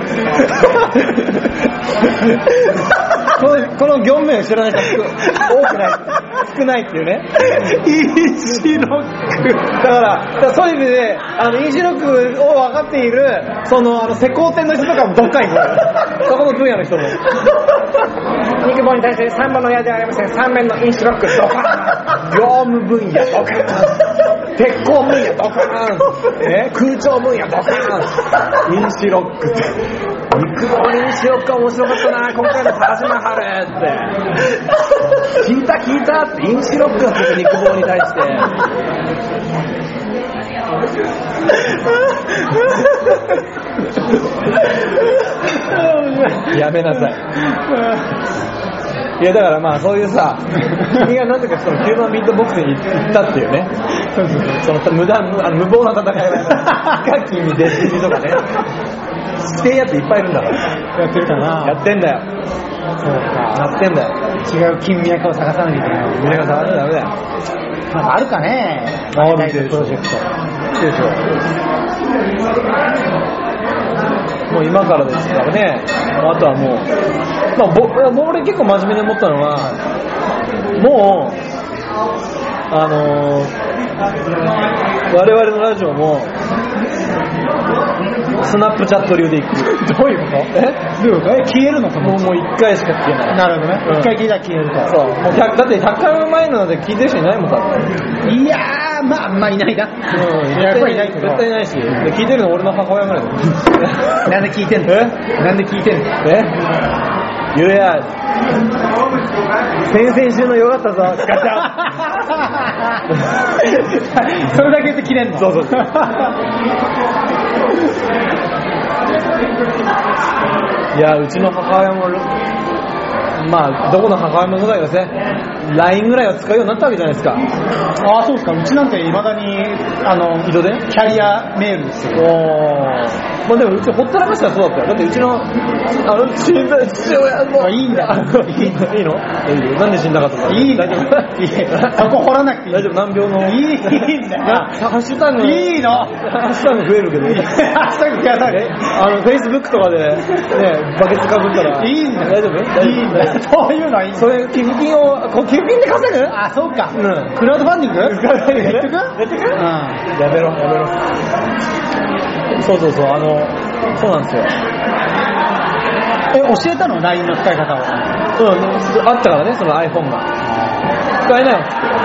この、この業務名を知らない人多くない。少ないっていうね。インシロック。だから、だからそういう意味で、あの、インシロックを分かっている、その、あの、施工店の人とかもどっかに来る。そこの分野の人も。 肉棒に対してさんばんの矢ではありません。さんめんのインシロック、ドカーン。 業務分野、ドカーン。鉄鋼分野、ドカーン。ね、空調分野、ドカーン。インシロックって。肉棒にインシロックは面白かったな、今回の田島春って。聞いた聞いたって、インシロックがついて肉棒に対して。やめなさい。いやだからまあそういうさ、君がなぜかそのヒューマンビートボックスに行ったっていうね、その無駄無、あの無謀な戦いは、ヒカキンに弟子入りとかね、してるやついっぱいいるんだから。 やってるかな。 やってんだよ。 そうか。 やってんだよ。 違う金脈を探さなきゃいけない。 金脈を探さなきゃダメだよ。 なんかあるかね。 あるでしょ。 プロジェクト。 でしょ。もう今からですからね。あとはもう、まあ、ぼ俺結構真面目に思ったのは、もうあのー、我々のラジオもスナップチャット流でいく。 どういうこと？え？どういうこと？え、消えるのかもうもういっかいしか消えない。 なるほどね。 うん、 いっかい聞いたら消えると。 そう。もうひゃくだってひゃっかい前ので聞いてる人いないもん多分。 いやー、まああんまいないな。 うん。 いや、これいないけど。 絶対いないし。で聞いてるの俺の母親ぐらいだよ。 なんで聞いてんの？ え？ なんで聞いてんの？ え？ゆうや、先々週のよかったぞ、ガチャそれだけ言って切れんの？ そうそうそう。いや、うちの母親も、まあ、どこの母親もそうだけどね、 ライン ぐらいは使うようになったわけじゃないですか。 ああ、そうですか。うちなんていまだに、あの、 井戸でキャリアメールですよ。 おー。まあでもうちほったらかしたらそうだったよ。だってうちの、あの、死んだ父親も。 いいんだ。 いいのいいのいいよ。なんで死んだかとか。 いい大丈夫いいそこ掘らなくていい。 大丈夫難病の。 いいいいんだよ。 ハッシュタグ。 いいのハッシュタグ増えるけど。 ハッシュタグ増やされあの、フェイスブックとかで、ね、バケツかぶったら。 いいんだよ。 大丈夫いいんだよ。そういうのはいいんだよ。 それ、寄付金を、こう寄付金で稼ぐあ、そうか。 うん。 クラウドファンディングやってくやってくうん。やめろ、やめろ。そうそうそう、あの、そうなんですよ。 え、教えたの ?ライン の使い方を。 うん、あったからね、その iPhone が。使えない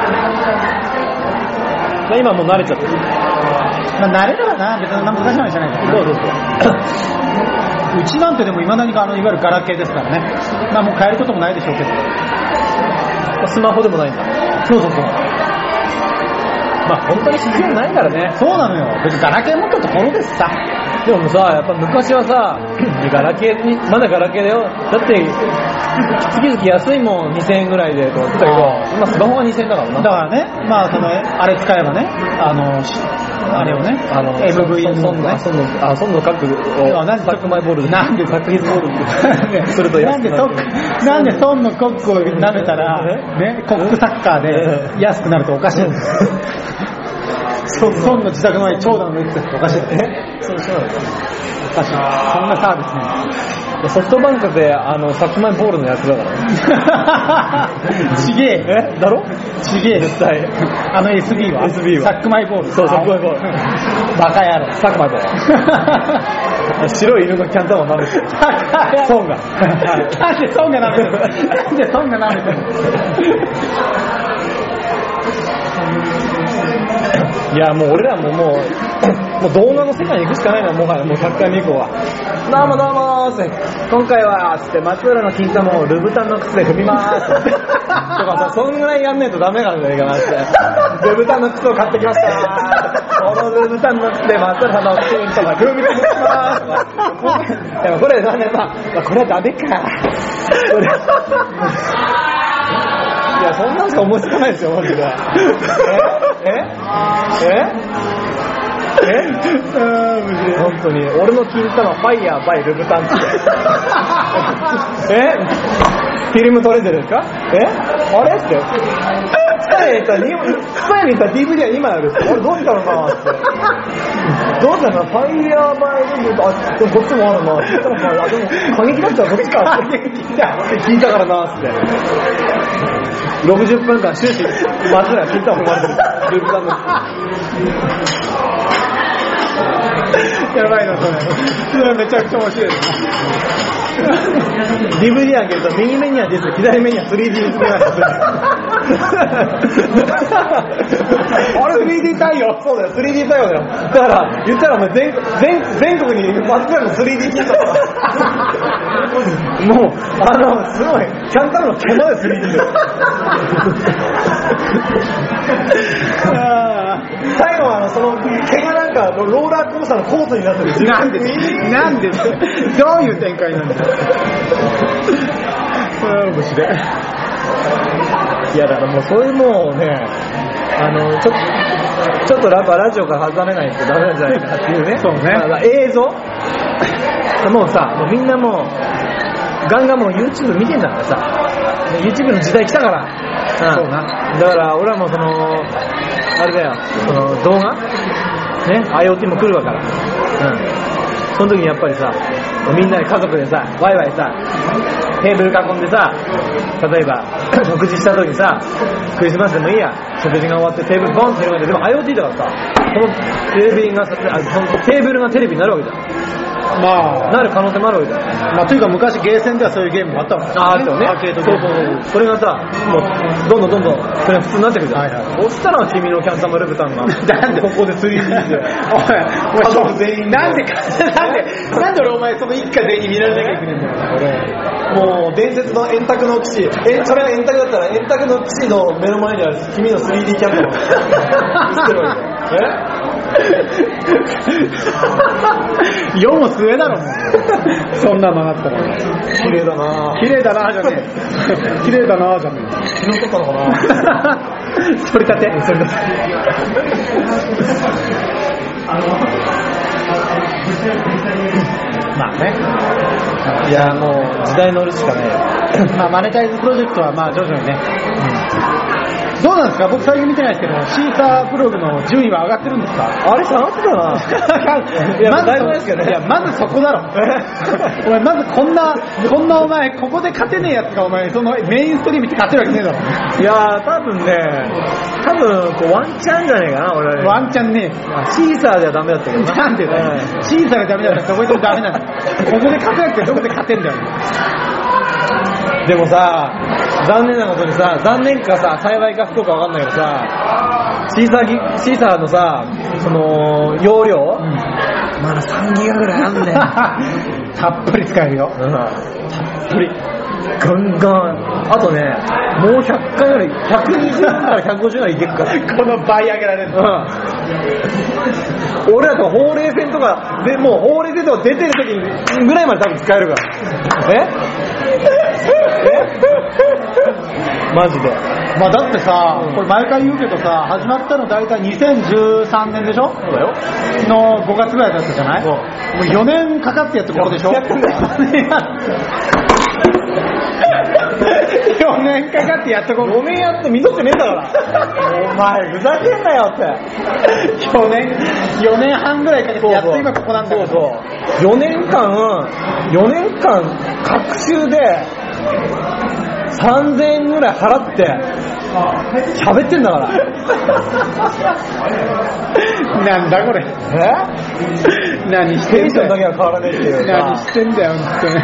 の。今もう慣れちゃってる。 まあ、慣れればな、別に難しい話じゃないから。 そうそうそう。 うちなんてでも未だにあのいわゆるガラケーですからね。まあもう変えることもないでしょうけど。 スマホでもないんだ。 そうそうそう。 まあ本当に必要ないからね。 そうなのよ。別にガラケー持ったところですさ。 でもさ、やっぱ昔はさ、ガラケーに、まだガラケーだよ。だって、月々安いもんにせんえんぐらいでと思ってたけど、今スマホがにせんえんだからな。 だからね、まあその、あれ使えばね、あの、あれをね、 あの、 エムブイ のね、 その、あ、その角を、 なんでサックマイボールで、 なんでサックヒズボールで、するとなんでそ、なんで孫のコックを舐めたら、ね、コックサッカーで安くなるとおかしいんですよ。孫の自宅前に長蛇の列っておかしいですね。 そうそうなの。 おかしい。そんなサービスね。 ソフトバンクで、あの、サックマイボールのやつだからね。 ちげえ。 えだろちげえ。 絶対。 あの エスビー はエスビー は。 サックマイボール。 そう、サックマイボール。 バカ野郎。 サックマイボール。白い犬のキャンタマン舐めてる。ソンが。 なんでソンが舐めてるなんでソンが舐めてるいやもう俺らももうもう動画の世界に行くしかないのもはやもうひゃっかいめ以降はどうもどうもーって今回はつって松浦の金玉をルブタンの靴で踏みまーすってとかさそんぐらいやんないとダメなんだよかなってルブタンの靴を買ってきましたこのルブタンの靴で松浦の金玉踏みつけまーすとかでもこれだねまあこれはダメかこれいや、そんなんしか思いつかないですよ、マジで。ええええ本当に、俺の金玉、ファイヤーバイルブタンって。えフィルム撮れてるんですかえあれって。スパイに行ったら、スパイに行ったら ディーブイディー はにまいあるって。俺どうしたのかなって。どうしたのファイヤーバイルブタン、あ、でもこっちもあるなって言ったら、あ、でも過激だったらこっちかって聞いたからなって。ろくじゅっぷんかん終始松浦金玉踏まれてるループさんのやばいなそれそれめちゃくちゃ面白いですディーブイディー 開けると右目にはディス左目には スリーディー にするあれ スリーディー 対応そうだよ スリーディー 対応だよだから言ったらお前 全, 全, 全国に松浦の スリーディー 金玉もうあのすごいキャンタムの毛まで スリーディー だよ最後はあのその毛がなんかローラーコースターのコースになってるなんでなんでどういう展開なんだよ面白いいやだからもうそういうもうねあのちょっとちょっとララジオから外れないとダメなんじゃないかなっていうねそうね、 まあ、映像もうさもうみんなもうガンガンもう YouTube 見てんだからさ YouTube の時代来たから、うん、 そうなだから俺はもうそのあれだよその動画ね IoT も来るわから、うん、その時にやっぱりさみんなで家族でさワイワイさテーブル囲んでさ例えば食事した時にさクリスマスでもいいや食事が終わってテーブルボンって広げてでも IoT だからさこのテレビがさそのテーブルがテレビになるわけじゃんまあなる可能性もあるわけだよ、 まあ、というか昔ゲーセンではそういうゲームもあったもんねああったよねアーケードゲームそうそうそうそれがさもうどんどんどんどんそれが普通になってくるじゃん、はいはい、そしたら君のキャンタマルブタンがなんでここで スリーディー でおいおいそう全員なんでなんでなんで俺お前その一家全員に見られなきゃいけないんだよ俺もう伝説の円卓の基地えそれが円卓だったら円卓の基地の目の前にある君の スリーディー キャンタマン映ってるわけだよえよも末だろもうそんな曲がったら綺麗だな綺麗だなじゃねえ綺麗だなじゃねえ昨日撮ったのかな取り立て取り立てまあねいやもう時代乗るしかないよまあマネタイズプロジェクトはまあ徐々にね、うん、どうなんですか僕最近見てないですけどシーサーブログの順位は上がってるんですかあれ下がってたないやまずだいぶないですけどねいやまずそこだろお前まずこんなこんなお前ここで勝てねえやつがお前そのメインストリームって勝てるわけねえだろいやー多分ね多分こうワンチャンじゃねえかな俺ワンチャンねえシーサーではダメだったけどななんでだよ、うん、シーサーがダメだったらどこでもダメなんだここで勝てなくてどこで勝てんだよでもさ残念なことにさ残念かさ幸いか不幸か分かんないけどさシーサーギシーサーのさその容量、うん、まださんギガぐらいあんねんたっぷり使えるよ、 うん、たっぷりガンガンあとねもうひゃっかいぐらいひゃくにじゅうからひゃくごじゅうぐらいいけるからこの倍上げられる、 うん、俺らとかほうれい線とかでもうほうれい線とか出てる時ぐらいまで多分使えるからえマジでまあだってさ、うん、これ毎回言うけどさ始まったの大体にせんじゅうさんねんでしょそうだよのごがつぐらいだったじゃない、うん、もうよねんかかってやってこれでしょやってんだよよねんかかってやってこよねんやって見とってねえんだからお前ふざけんなよってよねんよねんはんぐらいかけてやっと今ここなんだけどそうそうよねんかんよねんかん隔週でさんぜんえんぐらい払って喋ってんだからなんだこれえ何してんだよテンションだけは変わらねえっていうか何してんだよ本当に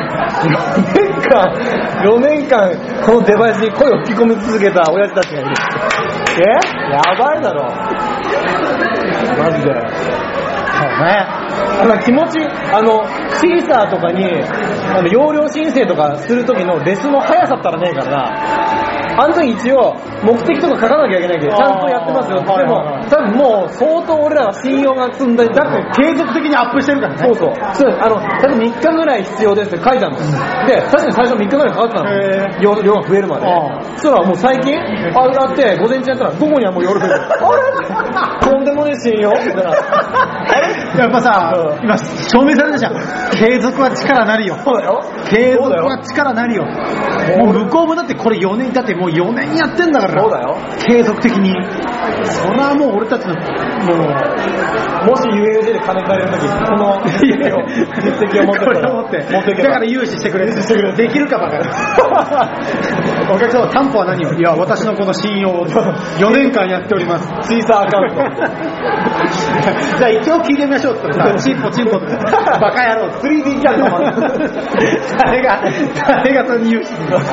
よねんかんよねんかんこのデバイスに声を吹き込み続けた親父たちがいるえやばいだろマジでそうねあの気持ちあのシーサーとかにあの容量申請とかする時のレスの速さったらねえからなあの時一応目的とか書かなきゃいけないけどちゃんとやってますよでも多分もう相当俺らは信用が積んだだって継続的にアップしてるからねそうそうそうあの多分みっかぐらい必要ですって書いてあるの、うん、で確かに最初みっかぐらいかかってたの量量が増えるまでそしたらもう最近あやって午前中やったら午後にはもう夜増えるあれとんでもねえ信用みたいなやっぱさ、うん、今証明されたじゃん継続は力なりよそうだよ継続は力なりよもう向こうもだってこれよねんだってもうよねんやってんだからそうだよ継続的にそれはもう俺たちのもうもし ユーエージェー で金借りるときこの実績を実績を持ってこれを持って持っていけばだから融資してくれしてくれできるかばかりお客様担保は何をいや私のこの信用をよねんかんやっておりますシーサーアカウントじゃあ一応聞いてみましょうって言ったらさチンポチンポってバカ野郎 スリーディー キャンパー誰が誰がそれに融資するの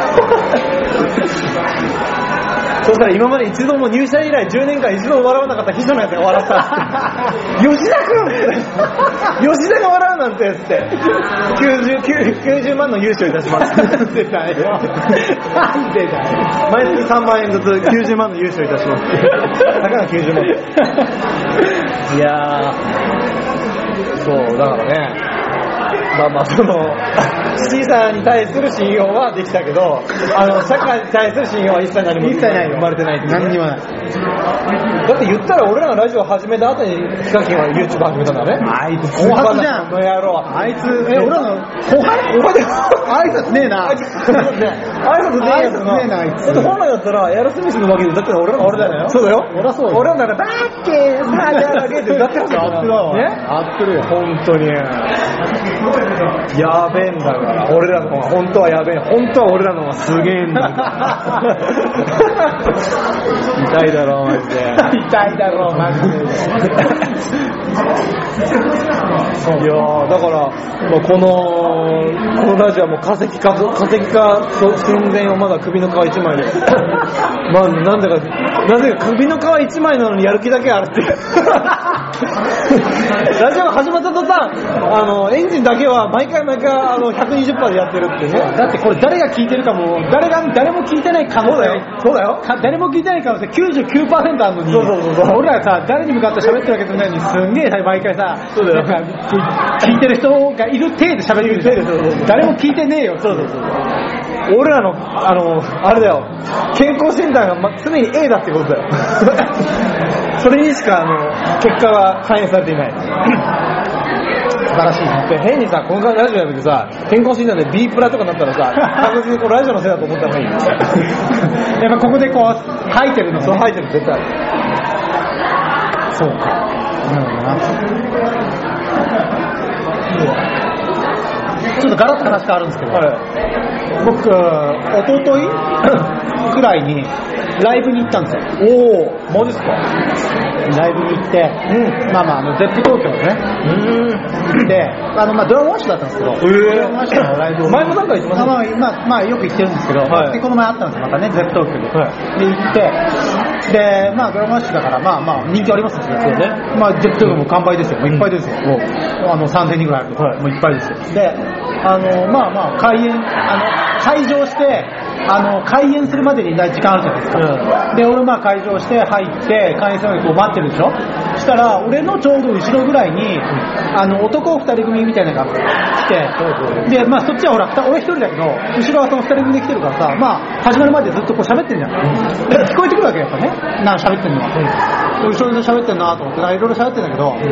そしたら今まで一度も入社以来じゅうねんかん一度も笑わなかった秘書のやつが笑った吉田君吉田が笑うなんてってきゅうじゅう、きゅうじゅうまんの融資をいたしますなんでだよなんでだよ毎月さんまんえんずつきゅうじゅうまんの融資をいたしますたかがきゅうじゅうまんいやーそうだからねまあまあそのシーサーに対する信用はできたけどあの社会に対する信用は一切何も一切ない生まれてないって、ね、 何にもないだって言ったら俺らがラジオ始めた後にヒカキンは YouTube 始めたんだねあいつ後発じゃんこの野郎あいつえ俺らの後輩後輩で挨拶ねえな挨拶ねえやつなだって本来だったらエアロスミスのわけでだって俺らの俺だよそうだよ俺はそうよ俺らなんかバッケーバージャーだけって歌ってるから合ってるわね合ってるよ本当にやべえんだから俺らの方が本当はやべえ本当は俺らの方がすげえんだ痛いだろマジで痛いだろマジでいやだから、まあ、このこのラジオはもう化石化化石化寸前をまだ首の皮一枚でまあなんだかなぜか首の皮一枚なのにやる気だけあるっていうラジオが始まった途端、あの、エンジンだけは毎回毎回あのひゃくにじゅっパーセントでやってるってね。 だってこれ誰が聞いてるかも、誰が、誰も聞いてない可能性。 そうだよ。そうだよ。 誰も聞いてない可能性きゅうじゅうきゅうパーセントあるのに、 そうそうそうそう俺らさ、誰に向かって喋ってるわけでもないのに、すんげえ毎回さ、 そうだよなんか、聞いてる人がいる体で喋ってるじゃん。 そうそうそう誰も聞いてねえよ。 そうそうそう。俺らの、あの、あれだよ、健康診断が、ま、常に A だってことだよ。それにしか、あの、結果が反映されていない。 素晴らしいね。 で変にさ、このラジオやめてさ、健康診断で B プラとかになったらさ、確実にこれラジオのせいだと思った方がいいよ。 やっぱここでこう、吐いてるのね。 そう、入ってる、絶対。 そうか。なるほどな。ちょっとガラッと話変わるんですけど、 はい、 僕、一昨日くらいにライブに行ったんですよ。 おー、マジっすか。 ライブに行って、うん、まあまあ、あの、ゼップ東京でね。うん。で、あの、まあ、ドラゴンワッシュだったんですけど、えー、ドラゴンワッシュのライブを。 前もなんか行ってますまあ、まあ、まあ、よく行ってるんですけど、はい、でこの前あったんですよ、またね、ゼップ東京で。はい、で、行って、で、まあ、ドラゴンワッシュだから、まあまあ、人気ありますよね。そうね。まあ、ゼップ東京も完売ですよ。もういっぱいですよ。もう、あの、さんぜんにんぐらいあると。はい、もういっぱいですよ。で、あの、まあまあ、開演、あの、会場して、あの、開演するまでに時間あるじゃないですか。うん、で、俺まあ会場して入って、開演するまでこう待ってるでしょ。そしたら、俺のちょうど後ろぐらいに、うん、あの、男二人組みたいなのが来て、うん、で、まあそっちはほら、俺一人だけど、後ろはその二人組で来てるからさ、まあ、始まるまでずっとこう喋ってんじゃん。うん、聞こえてくるわけやっぱね。なんか喋ってんのは。うん、後ろで喋ってんなと思って、いろいろ喋ってんだけど、うん、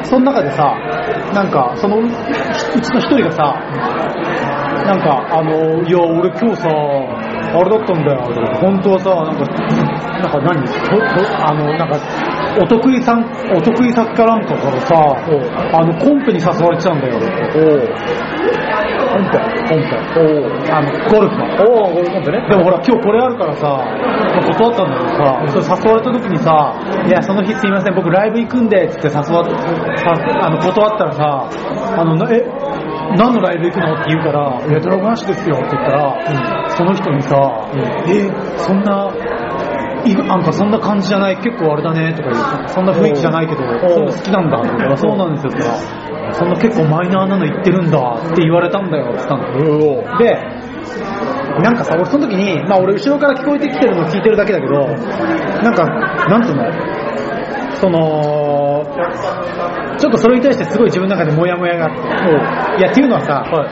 その中でさ、なんか、そのうちの一人がさ、なんか、あの、いや、俺今日さ、あれだったんだよ、本当はさ、なんか、なんか何ととあの、なんか、お得意さん、お得意作家なんかからさ、あの、コンペに誘われてたんだよ。おコンペコンペおあの、ゴルフの。 おゴルフコンペね。 でもほら、今日これあるからさ、断ったんだけどさ、それ誘われた時にさ、いや、その日すいません、僕ライブ行くんで、つって誘わって、あの、断ったらさ、あの、え、何のライブ行くのって言うから、いや、ドラゴンアッシュですよって言ったら、うん、その人にさ、うん、え、そんな、いなんかそんな感じじゃない、結構あれだねとか言う、そんな雰囲気じゃないけど、そういうの好きなんだって言ったら、そうなんですよって言ったら、そんな結構マイナーなの言ってるんだって言われたんだよって言ったんだよ。で、なんかさ、俺その時に、まあ俺後ろから聞こえてきてるのを聞いてるだけだけど、なんか、なんつうのその、ちょっとそれに対してすごい自分の中でモヤモヤがあって、いやっていうのはさ、はい、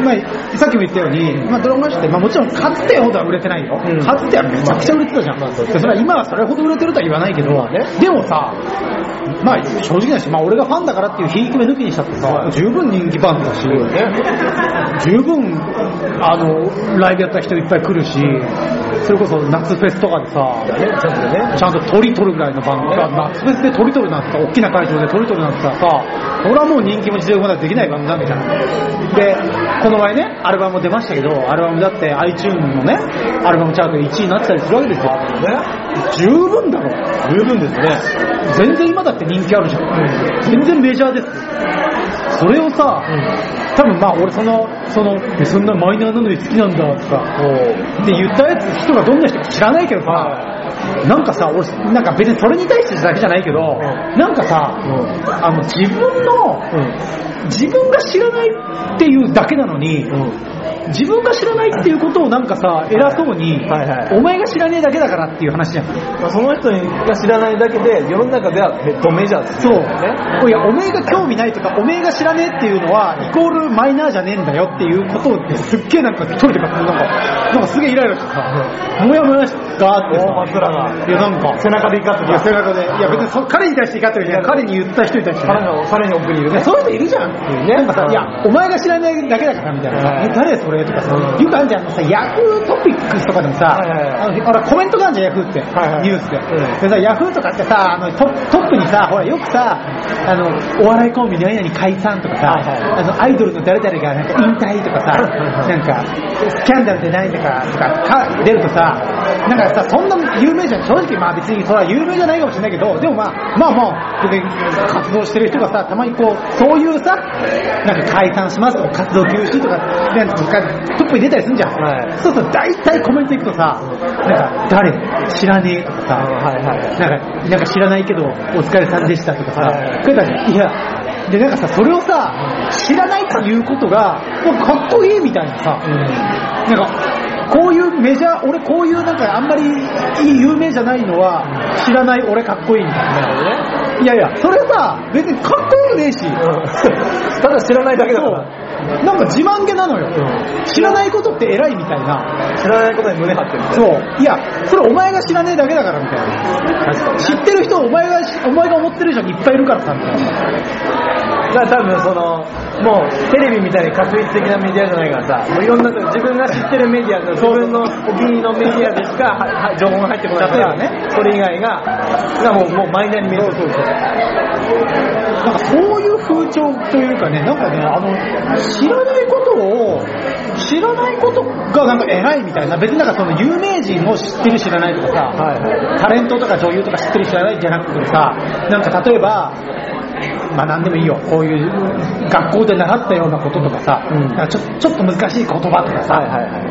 まあ、さっきも言ったように、まあ、ドラゴンアッシュって、まあ、もちろんかつてほどは売れてないよ、うん、かつてはめちゃくちゃ売れてたじゃん、まあ、それは今はそれほど売れてるとは言わないけど、まあね、でもさ、まあ正直だし、まあ、俺がファンだからっていうひいき目抜きにしたってさ、はい、十分人気バンドだし、十分あのライブやった人いっぱい来るし、それこそ夏フェスとかでさ、ね、ちゃんとね、ちゃんと鳥取るぐらいのバンドが、ね、夏フェスで鳥取るなんてさ、大きな会場で鳥取るなんてさ、俺はもう人気も実力もできないバンドなんだじゃん。で、この前ね、アルバム出ましたけど、アルバムだって iTunes のね、アルバムチャートでいちいになってたりするわけですよ。ね、十分だろ。十分ですね。全然今だって人気あるじゃん。うん、全然メジャーです。それをさ、うん、多分まあ俺その、その、そんなマイナーなのに好きなんだとか、って言ったやつ、人がどんな人か知らないけどさ、なんかさ、俺、なんか別にそれに対してだけじゃないけど、うん、なんかさ、うん、あの自分の、うん、自分が知らないっていうだけなのに、うん、自分が知らないっていうことをなんかさ、偉そうに、はいはいはい、お前が知らねえだけだからっていう話じゃん。 まあ、その人が知らないだけで、世の中ではドメジャーです、 ね。そう。ね、いや、お前が興味ないとか、お前が知らねえっていうのは、イコールマイナーじゃねえんだよっていうことをすっげえなんか一人でか、なんか、なんかすげえイライラしてさ、もやもやがあってさ、 松浦が、 いやなんか、 背中で怒ってた。いや、 背中で、いや別にそ彼に対して怒ってるじゃん、彼に言った人に対して、ね。 彼の、彼の奥にいるね。 そういう人いるじゃんっていうね。なんかさ、いや、お前が知らないだけだからみたいなさ、え、誰それとかさ、よくあるじゃん、さ、ヤフートピックスとかでもさ、はいはいはい、あの、ほら、コメントがあるじゃん、ヤフーって、はいはい、ニュースで。うん、でさ、ヤフーとかってさ、あのト、トップにさ、ほら、よくさ、あの、お笑いコンビ何々解散とかさ、はいはい、あの、アイドルの誰々がなんか引退とかさ、なんか、スキャンダルで何々 とかとかか出るとさ、なんかさ、そんな有名じゃん、正直まあ別にそれは有名じゃないかもしれないけど、でもまあまあまあ別に活動してる人がさ、たまにこうそういうさ、なんか解散しますとか活動休止とかなんとかトップに出たりするんじゃん。はい、そうすると大体コメントいくとさ、なんか誰知らねえとかさ、はいはい、なんかなんか知らないけどお疲れさんでしたとかさ、はいはい、いやでなんかさ、それをさ知らないっていうことがもうかっこいいみたいなさ、うん、なんかこういうメジャー、俺こういうなんかあんまり有名じゃないのは知らない俺かっこいいみたいな、ね、いやいやそれさ別にかっこよくねえし、うん、ただ知らないだけだからなんか自慢げなのよ、うん、知らないことって偉いみたいな、知らないことに胸張ってるみたいな、そういやそれお前が知らねえだけだからみたいな、確かに知ってる人お前がお前が思ってる人にいっぱいいるからさみたいな。だから多分そのもうテレビみたいに確率的なメディアじゃないからさ、もういろんな自分が知ってるメディアと自分のお気に入りのメディアでしかは情報が入ってこないから、ね、それ以外ががもうもうマイナーに見える。そうそうそう、なんかそういう風潮というかね、なんかね、あの知らないことを知らないことがなんか偉いみたいな、別になんかその有名人を知ってる知らないとかさ、はいはい、タレントとか女優とか知ってる知らないじゃなくてさ、なんか例えばまあ何でもいいよ、こういう学校で習ったようなこととかさ、うん、なんかちょ、ちょっと難しい言葉とかさ、はいはいはい、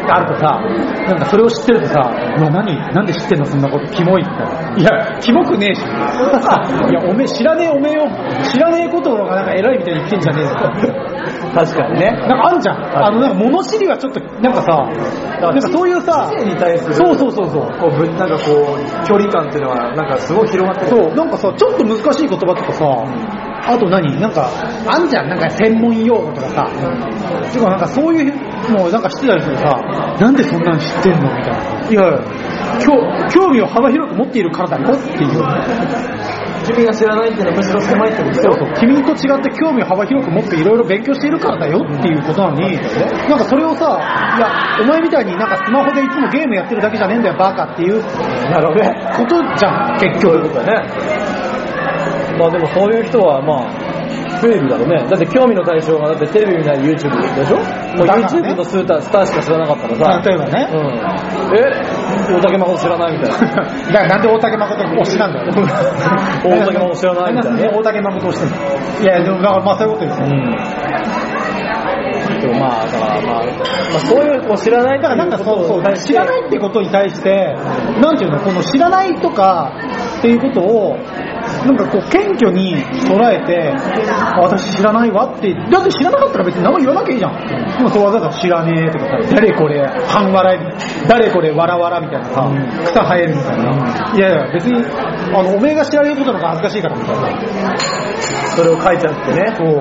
あるとさ、なんかそれを知ってるとさ、うわ何なんで知ってんのそんなこと、キモいみたいな、いやキモくねえし、いやおめえ知らねえおめえを知らねえことがなんか偉いみたいに言ってんじゃねえぞ。確かにね、なんかあんじゃん、あのなんか物知りはちょっとなんかさ、なんかそういうさ、知性に対するそうそうそうそうこうなんかこう距離感っていうのはなんかすごい広がってる。そうなんかさ、ちょっと難しい言葉とかさ、あと何なんかあんじゃん、なんか専門用語とかさ、うん、てかなんかそういうのをなんか知ってたりするとさ、なんでそんなの知ってんのみたいな、いや興興味を幅広く持っているからだよっていう。君が知らないっていうのはむしろ狭いってことだよ。そうそう、君と違って興味を幅広く持っていろいろ勉強しているからだよっていうことなのに、なんかそれをさ、いやお前みたいになんかスマホでいつもゲームやってるだけじゃねえんだよバカっていうことじゃん結局。そういうことだね。まあでもそういう人はまあ増えるだろうね。だって興味の対象がだってテレビみたいな YouTube でしょ、もう YouTube のスーター、スターしか知らなかったらさ、例えばね、うん、え大竹誠知らないみたいなだからなんで大竹誠推しなんだよ大竹誠知らないみたいな、ね、大竹誠推してんの。いやでもだからまあそういうことですよ、うん、でもまあだからまあ、まあ、そういうこう知らないだからなんかそうそう知らないってことに対してなんていうの、この知らないとかっていうことをなんかこう謙虚に捉えて、私知らないわって、だって知らなかったら別に何も言わなきゃいいじゃん。でもそうわざわざ知らねえとかさ、誰これ半笑い、誰これわらわらみたいなさ、草生えるみたいな、いやいや別にあのおめえが知られることの方が恥ずかしいからみたいな、それを書いちゃってね。そう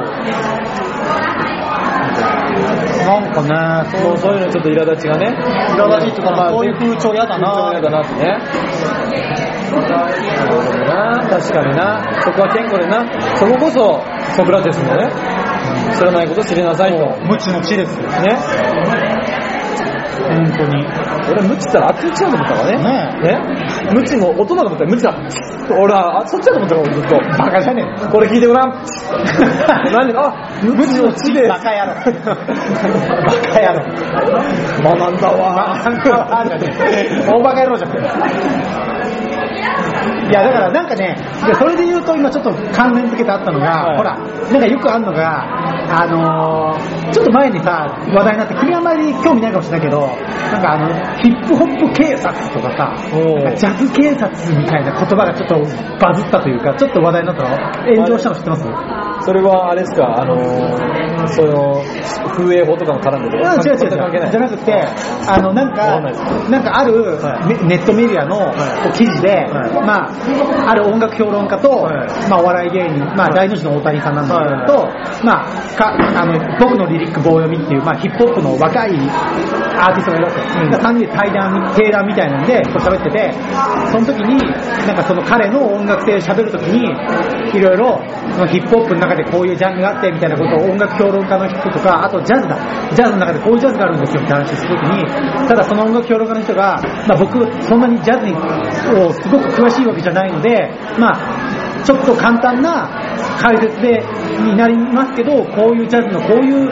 なんかね、そう、そういうのちょっと苛立ちがね、苛立ちっていうか、まあ、そういう風潮嫌だな、風潮嫌だなってね。なるほどな、確かにな、そこは健康でな、そここそソクラテスのね、知らないこと知りなさいと、無知の知ですよね。本当に俺無知ったらあっちだと思ったからね。ねね、無知の音だと思ったら無知だ。俺はあそっちだと思ったからずっと。バカじゃねえ。これ聞いてごらん。何であ無知の知で。バカ野郎。バカ野郎。学んだわ。学んだわ。じゃねえ。大バカ野郎じゃねえ。いやだからなんかね、それで言うと今ちょっと関連付けてあったのが、はい、ほらなんかよくあるのが、あのー、ちょっと前にさ話題になって、君あんまり興味ないかもしれないけど、なんかあのヒップホップ警察とかさ、ジャズ警察みたいな言葉がちょっとバズったというか、ちょっと話題になったの、炎上したの知ってます？それはあれですか、あのー、その風営法とかの絡んでる？違う違う違う、関係ないじゃなくて、あのなんかなんかある、はい、ネットメディアの記事で、はい、まあある音楽評論家と、はい、まあお笑い芸人、まあ大の字の大谷さんなんだけど、はい、まあかあの僕のリリック棒読みっていう、まあヒップホップの若いアーティストがいるわけです。さんにんで対談定談みたいなんでこう喋ってて、その時になんかその彼の音楽性喋る時にいろいろヒップホップの中でこういうジャンルがあってみたいなことを音楽評論家の人とか、あとジャズだジャズの中でこういうジャズがあるんですよみたいな話する時に、ただその音楽評論家の人が、まあ、僕そんなにジャズにをすごく詳しいわけじゃないので、まあちょっと簡単な解説でになりますけど、こういうジャズのこういう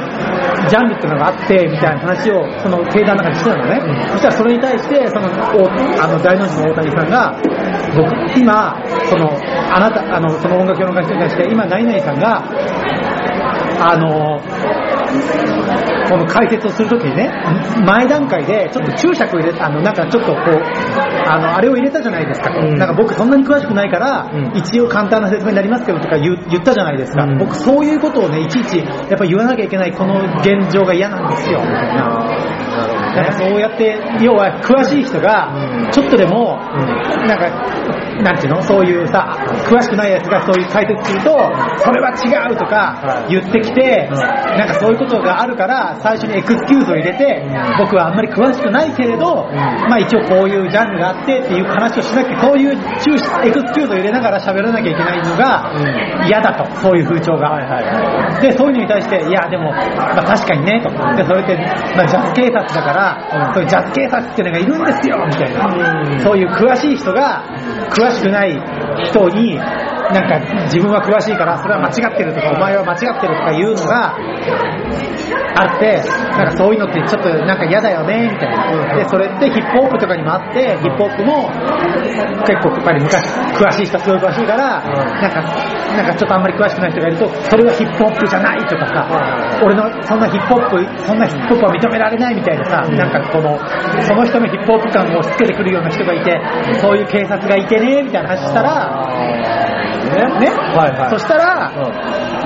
ジャンルっていうのがあってみたいな話をその定談の中でしてたのね、うん、そしたらそれに対してそのあの大の字の大谷さんが僕今そのあなたあのその音楽評論家の人に対して今何々さんがあのこの解説をするときにね前段階でちょっと注釈を入れたあのなんかちょっとこうあのあれを入れたじゃないですか、うん、なんか僕そんなに詳しくないから、うん、一応簡単な説明になりますけどとか 言, 言ったじゃないですか、うん、僕そういうことをねいちいちやっぱり言わなきゃいけないこの現状が嫌なんですよみたいな。なんかそうやって要は詳しい人がちょっとでもなんかなんていうのそういうさ詳しくないやつがそういう解説するとそれは違うとか言ってきてなんかそういうことがあるから最初にエクスキューズを入れて僕はあんまり詳しくないけれどまあ一応こういうジャンルがあってっていう話をしなきゃこういう注エクスキューズを入れながら喋らなきゃいけないのが嫌だとそういう風潮がでそういうのに対していやでもまあ確かにねとでそれってまあジャズ警察だからそういうジャズ警察っていうのがいるんですよみたいなそういう詳しい人が詳しくない人になんか自分は詳しいからそれは間違ってるとかお前は間違ってるとかいうのがあってなんかそういうのってちょっとなんか嫌だよねみたいなでそれってヒップホップとかにもあってヒップホップも結構やっぱり昔詳しい人はすごい詳しいからなんかなんかちょっとあんまり詳しくない人がいるとそれはヒップホップじゃないとかさ俺のそんなヒップホップそんなヒップホップは認められないみたいなさなんかこのその人のヒップホップ感を押し付けてくるような人がいてそういう警察がいてねみたいな話したらね、はいはい、そしたら、うん、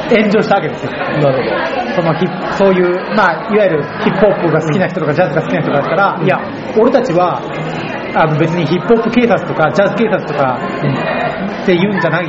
炎上したわけですよ。なるほど。そのヒそういう、まあ、いわゆるヒップホップが好きな人とかジャズが好きな人がいたら、うん、いや、俺たちはあの別にヒップホップ警察とかジャズ警察とか、うん、って言うんじゃない、うん、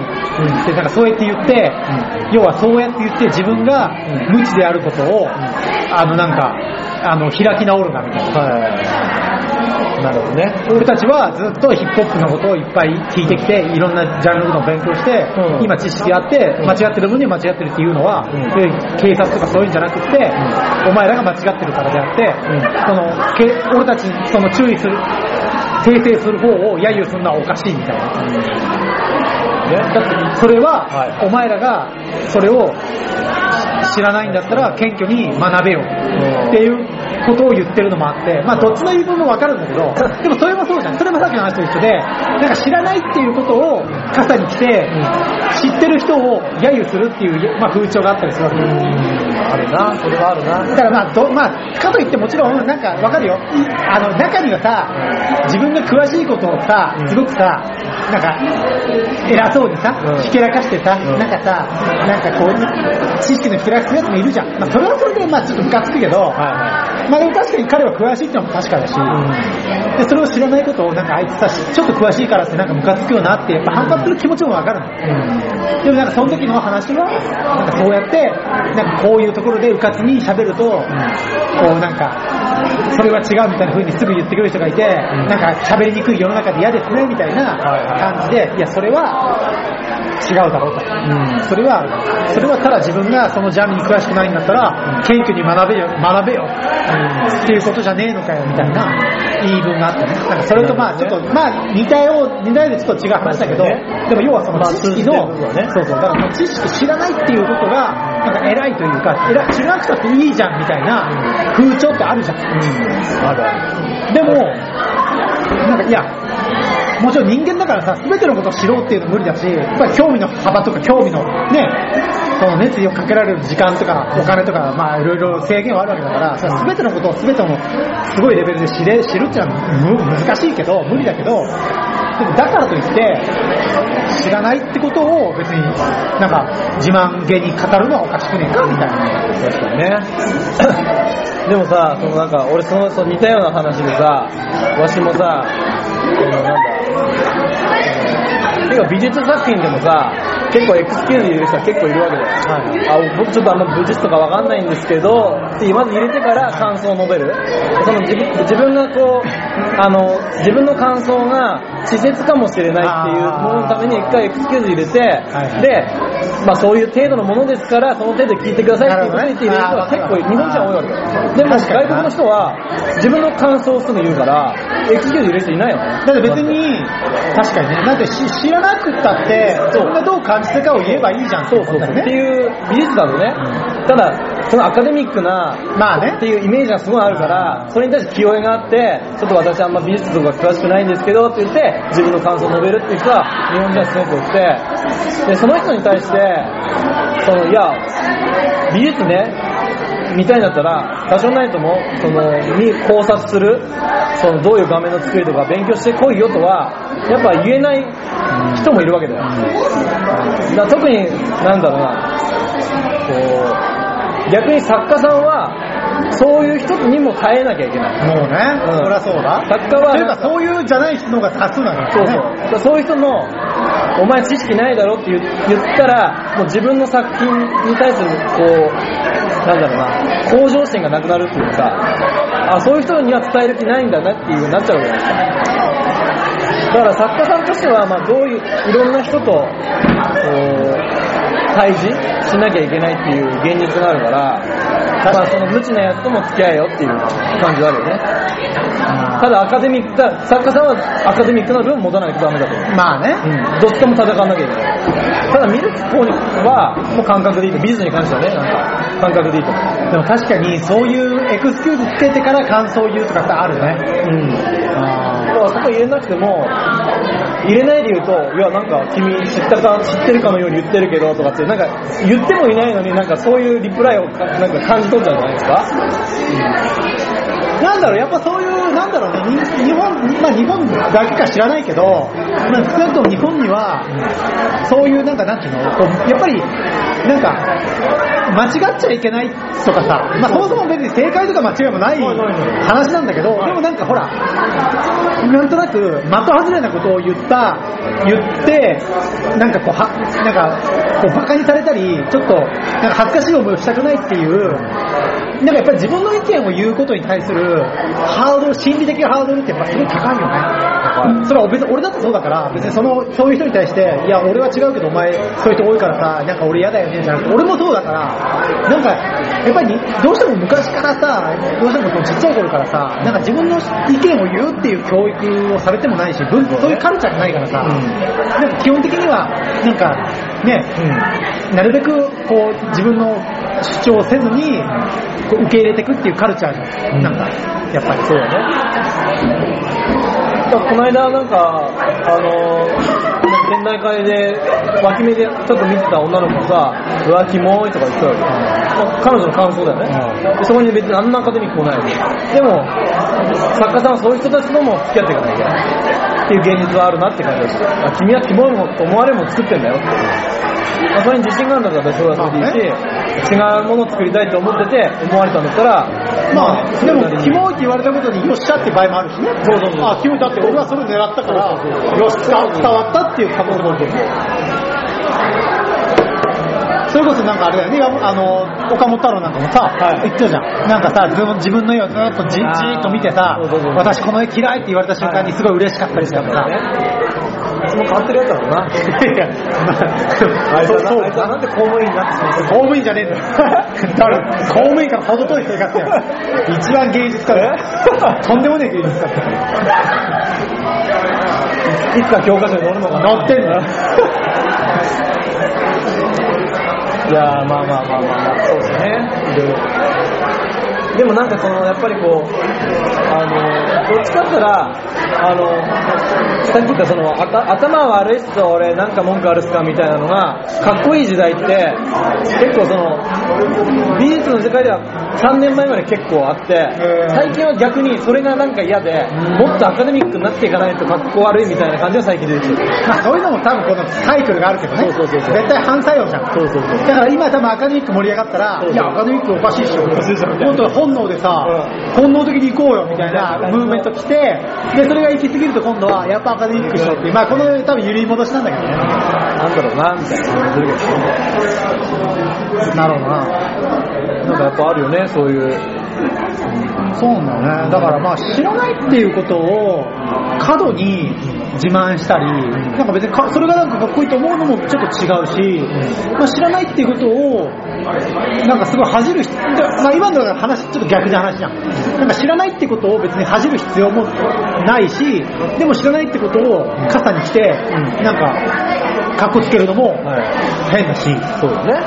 ってなんかそうやって言って、うん、要はそうやって言って自分が無知であることを、うん、あのなんかあの開き直るなみたいな。はいなるほどね。俺たちはずっとヒップホップのことをいっぱい聞いてきていろんなジャンルの勉強して、うん、今知識あって間違ってる分には間違ってるっていうのは、うん、警察とかそういうんじゃなくて、うん、お前らが間違ってるからであって、うん、その俺たちその注意する訂正する方を揶揄するのはおかしいみたいな、うんね、だってそれは、はい、お前らがそれを知らないんだったら謙虚に学べよっていうことを言ってるのもあって、まあどっちの言い分も分かるんだけど、でもそれもそうじゃん。それもさっきの話と一緒で、なんか知らないっていうことを傘に来て、知ってる人を揶揄するっていう、まあ、風潮があったりするわけです。 あるな、それはあるな。 だからまあど、まあ、かといってもちろんなんか分かるよ。あの中にはさ、自分が詳しいことをさ、すごくさ、なんか偉そうにさ、ひけらかしてさ、なんかさ、なんかこう知識のひけらかすやつもいるじゃん。まあそれはそれでまあちょっとムカつくけど、はいはい、まあでも確かに彼は詳しいってのも確かだし、うん、でそれを知らないことをなんかあいつさちょっと詳しいからってなんかムカつくよなってやっぱ反発する気持ちもわかるの、うん、でもなんかその時の話はなんかそうやってなんかこういうところでうかつに喋ると、うん、こうなんかそれは違うみたいな風にすぐ言ってくる人がいて、うん、なんか喋りにくい世の中で嫌ですねみたいな感じで、いやそれは違うだろうと、うん、それはそれはただ自分がそのジャンルに詳しくないんだったら謙虚に学べよ学べよ、うん、っていうことじゃねえのかよみたいな言い分があってね、なんかそれとまあちょっとまあ似たよう似たようでちょっと違う話だけど、でも要はその知識の、そうそうだから知識知らないっていうことがなんか偉いというか偉い知らなくたっていいじゃんみたいな風潮ってあるじゃん、うん、あるある。でもなんかいやもちろん人間だからさ全てのことを知ろうっていうのは無理だし、やっぱり興味の幅とか興味のねその熱意をかけられる時間とかお金とかまあいろいろ制限はあるわけだからさ、全てのことを全てのすごいレベルで知れ知るっていうのは難しいけど無理だけど、でもだからといって知らないってことを別になんか自慢げに語るのはおかしくねえかみたいな。 確かにね。でもさ、そのなんか俺そのその似たような話でさ、わしもさ、そのなんだ。てか美術作品でもさ、結構エクスキューズ入れる人は結構いるわけだよ、はい、あ僕ちょっとあんま武術とかわかんないんですけどってまず入れてから感想を述べる、その 自, 分自分がこうあの自分の感想が稚拙かもしれないっていうもののために一回エクスキューズ入れて、はいはい、で、まあ、そういう程度のものですからその程度聞いてくださいっていうことを言って入れる人は結構日本人は多いわけだよ。でも外国の人は自分の感想をすぐ言うからエクスキューズ入れる人いないよね。 だって別に確かにね、だって知らなくったって自分がどう感じてかを言えばいいじゃんっていうことだよね。 っていう美術だとね、うん、ただそのアカデミックなまあねっていうイメージがすごいあるから、それに対して気負いがあって、ちょっと私あんま美術とか詳しくないんですけどって言って自分の感想を述べるっていう人は日本人はすごく多くて、でその人に対してそのいや美術ね見たいんだったら多少ないともそのに考察する、そのどういう画面の作りとか勉強してこいよとはやっぱ言えない人もいるわけだよ。だから特になんだろうな、こう逆に作家さんはそういう人にも耐えなきゃいけない。 もうね、うん、そりゃそうだ。 作家はというかそういうじゃない人の方が多数なんだよね。 そうそう。そういう人のお前知識ないだろって言ったらもう自分の作品に対するこうなんだろうな向上心がなくなるっていうか、あそういう人には伝える気ないんだなっていう風になっちゃうじゃないですか。だから作家さんとしてはまあどういういろんな人とこう対峙しなきゃいけないっていう現実があるから、まあその無知なやつとも付き合えよっていう感じはあるよね。ただアカデミックだ作家さんはアカデミックな部分持たないとダメだと思う。 まあね、 うん、どっちとも戦わなきゃいけない。ただ見る方はもう感覚でいいと、美術に関してはね、なんか感覚でいいと思う。 でも確かにそういうエクスキューズつけてから感想を言うとかってあるね。うん。 あだからそこ入れなくても、入れないで言うと、いやなんか君知ったか知ってるかのように言ってるけどとかってなんか言ってもいないのになんかそういうリプライをなんか感じ取っちゃうんじゃないですか。うん、 なんだろう、やっぱそういうなんだろうね、日本まあ日本だけか知らないけど、まあ少なくとも日本にはそういうなんかなんていうの、こうやっぱりなんか間違っちゃいけないとかさ、まあそもそも別に正解とか間違いもない話なんだけど、でもなんかほらなんとなく的外れなことを言った言ってなんかこうはなんかこうバカにされたりちょっとなんか恥ずかしい思いをしたくないっていうなんかやっぱり自分の意見を言うことに対するハードル、心理的ハードルってやっぱすごい高いよね。それは別に俺だってそうだから別にそのそういう人に対していや俺は違うけどお前そういう人多いからさなんか俺嫌だよねじゃなくて俺もそうだからなんかやっぱりどうしても昔からさどうしてもそのちっちゃい頃からさなんか自分の意見を言うっていう教育をされてもないしそういうカルチャーがないからさ、うん、なんか基本的にはなんかね、うん、なるべくこう自分の主張をせずにこう受け入れていくっていうカルチャーじゃん、うん、なんかやっぱりそうだね。 この間なんかあの県内会で脇目でちょっと見てた女の子さうわキモいとか言ってたわけ、まあ、彼女の感想だよね、うん、でそこに別にあんなアカデミックもないでも作家さんはそういう人たちとも付き合っていかなきゃいけないっていう現実はあるなって感じがして、君はキモいもと思われるもの作ってんだよって、まあ、それに自信があるんだったらそれはそれでいいし、違うものを作りたいと思ってて思われたんだったらまあ、でもキモいって言われたことによっしゃって場合もあるしね。そうそうそう。あ、キモいだって俺はそれを狙ったからよし伝わったっていう可能性もある。それこそなんかあれだよね、あの岡本太郎なんかもさ、はい、言ってたじゃん。なんかさ自分の絵をずっとじじーっと見てさ、私この絵嫌いって言われた瞬間にすごい嬉しかったりしたからさ。 いつも変わってるやつだろうな。いや、まあ、あいつはなんで公務員になってしまった公務員じゃねえんだよ。だから公務員から程遠い生活や。一番芸術家だよ。とんでもねえ芸術家だよ。 いつか教科書に載るのかな。 載ってんだよ。 いやーまあまあまあまあまあそうですね。でもなんかそのやっぱりこうあのどっちかって言ったらあのさっき言ったそのあた頭悪い人俺なんか文句あるっすかみたいなのがかっこいい時代って結構その美術の世界ではさんねんまえまで結構あって最近は逆にそれがなんか嫌でもっとアカデミックになっていかないとかっこ悪いみたいな感じが最近出てきてる。 まあそういうのも多分このサイクルがあるけどね。そうそうそうそう絶対反作用じゃん。そうそうそうだから今多分アカデミック盛り上がったらいやアカデミックおかしいっしょ。本当は本能でさ、うん、本能的に行こうよみたいなムーブメント来てでそれが行き過ぎると今度はやっぱアカデミックしようっていうまあこの多分揺り戻しなんだけどね。 なんだろうなみたいな感じするけどなるほどな。 なんかやっぱあるよねそういう。 そうなんだよね。だからまあ知らないっていうことを過度に自慢したり、なんか別にかそれがなんかかっこいいと思うのもちょっと違うし、まあ、知らないっていうことをなんかすごい恥じる、まあ、今の話ちょっと逆な話じゃん。なんか知らないってことを別に恥じる必要もないし、でも知らないってことを傘にしてなんかかっこつけるのも変だし、 そうだね。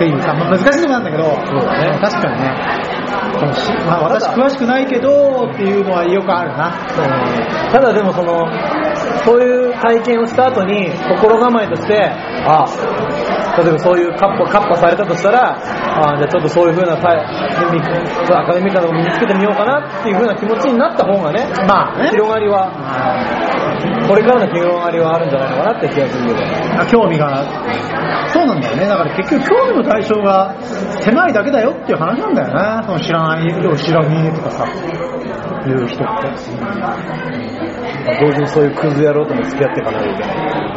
っていうさ、まあ、難しいとこなんだけど、 そうだね、 確かにね、まあ、私詳しくないけどっていうのはよくあるな。 ただでもそのそういう体験をした後に心構えとして、あ、例えばそういうカッパカッパされたとしたら、あ、じゃあちょっとそういう風なアカデミー感を身につけてみようかなっていう風な気持ちになった方がね、 まあね、 広がりはこれからの広がりはあるんじゃないのかなって気がするけど、 興味が、そうなんだよね。だから結局興味の対象が狭いだけだよっていう話なんだよね。その知らないよ知らねえとかさいう人って、 同時にそういうクズ野郎とも付き合っていかないといけない。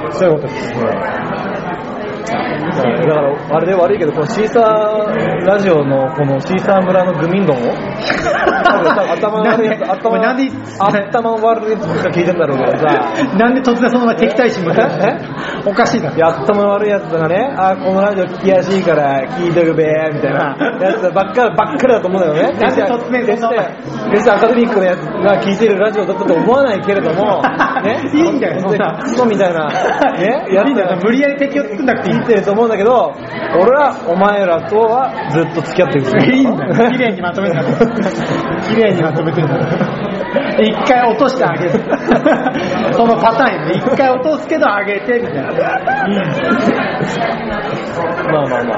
そういうことですね。 だからあれで悪いけど、このシーサーラジオのこのシーサー村のグミンドンを頭の悪いやつ、頭なんで頭の悪いやつしか聞いてんだろうけどさ、 なんで突然そのまま敵対心持ってるおかしいだろ。 いや、頭の悪いやつがね、あ、このラジオ聞きやすいから聞いてくべみたいなやつばっかりばっかりだと思うんだよね。 なんで突然決して決してアカデミックなやつが聞いてるラジオだったと思わないけれどもね、 いいんだよ、そんなクソみたいなね、やつが無理やり敵を作んなくていい聞いてると思うんだけど、俺はお前らとはずっと付き合ってる。 いいんだよ、綺麗にまとめてる綺麗にまとめてる一回落としてあげるそのパターンで一回落とすけどあげてみたいな。いいんだよまあまあまあ、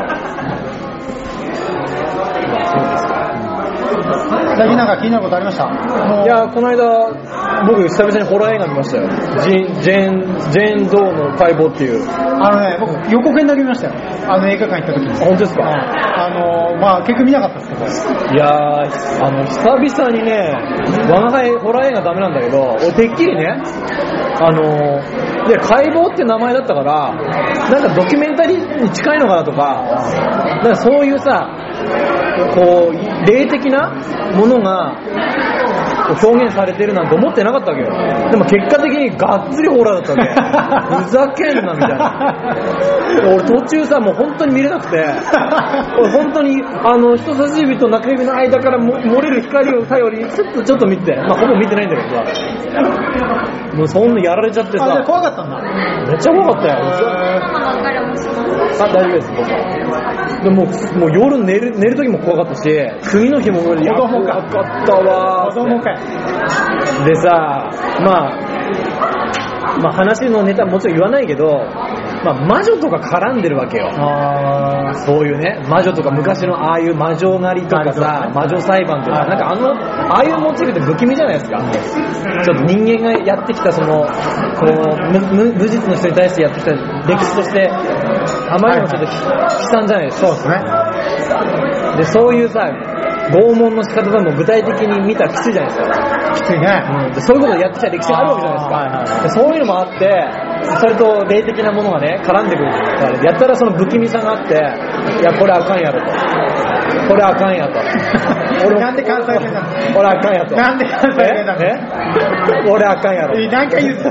最近なんか気になることありました？ いや、この間僕久々にホラー映画見ましたよ。ジンジェーンジェーン・ドーの解剖っていう。 あのね、僕予告編だけ見ましたよ。あの映画館行った時に。 本当ですか？ あのまあ結局見なかったですけど。 いやー、あの久々にね、我が輩ホラー映画ダメなんだけど、俺てっきりね、あので解剖って名前だったから、なんかドキュメンタリーに近いのかなとか、なんかそういうさ、こう霊的なものが表現されてるなんて思ってなかったわけよ。でも結果的にがっつりホラーだったわけ。ふざけんなみたいな。俺途中さ、もう本当に見れなくて、俺本当にあの人差し指と中指の間からも漏れる光を頼りにちょっとちょっと見て、まあほぼ見てないんだけどさ、もうそんなやられちゃってさ。 あ、怖かったんだ。 めっちゃ怖かったよ。あ、大丈夫です僕は。でももう夜寝る寝る時も怖かったし、次の日も子供か怖かったわ。 子供か。 でさ、まあまあ話のネタもちろん言わないけど、まあ魔女とか絡んでるわけよ。 あそういうね、魔女とか昔のああいう魔女狩りとかさ、魔女裁判とか、なんかあのああいうモチーフって不気味じゃないですか。ちょっと人間がやってきたそのこう無, 無実の人に対してやってきた歴史としてあまりにもちょっと悲惨じゃないですか。 そうですね。 でそういうさ拷問の仕方とも具体的に見たらきついじゃないですか。 きついね。 うん、でそういうことをやってきた歴史があるわけじゃないですか。 はいはいはい、 でそういうのもあって、それと霊的なものがね絡んでくるからやったらその不気味さがあって、いやこれあかんやろと、これあかんやと。 俺なんで関西弁なの？ 俺あかんやと。 なんで関西弁なの？ え？俺あかんやろ。 何回言う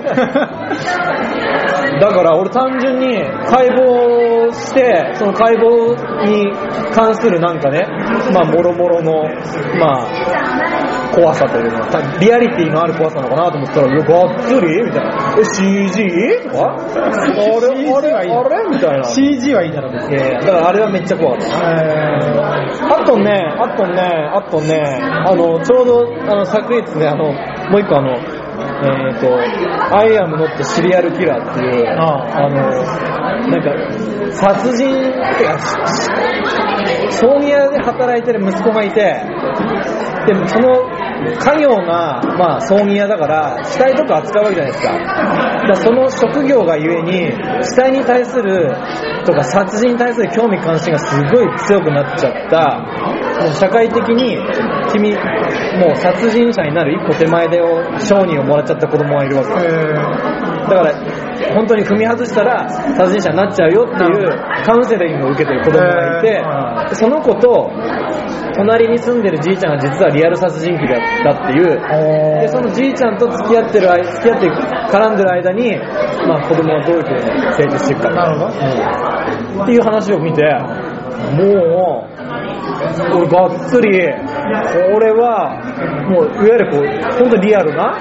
だから俺単純に解剖してその解剖に関するなんかね、まあもろもろのまあ怖さというのはリアリティのある怖さなのかなと思ったら、がっつりみたいな、え シージー とかあれあれあれみたいな。 シージー はいいだろう別に。 いやいや、だからあれはめっちゃ怖かった。あとねあとねあとねあのちょうどあの昨日ね、あのもう一個あのえーと、アイアムノットシリアルキラーっていう、ああの、なんか、殺人ってか、葬儀屋で働いてる息子がいて、でもその家業が、まあ、葬儀屋だから、死体とか扱うわけじゃないですか。だからその職業がゆえに、死体に対する、とか殺人に対する興味関心がすごい強くなっちゃった、もう社会的に、君、もう殺人者になる一歩手前で承認をもらっちゃった子供がいるわけ。だから本当に踏み外したら殺人者になっちゃうよっていうカウンセリングを受けてる子供がいて、その子と隣に住んでるじいちゃんが実はリアル殺人鬼だったっていう。でそのじいちゃんと付き合ってる付き合って絡んでる間に、まあ、子供はどういう風に成長していくか、 なるほど、 うん、っていう話を見て、もう俺がっつり、俺はもういわゆるこう本当にリアルな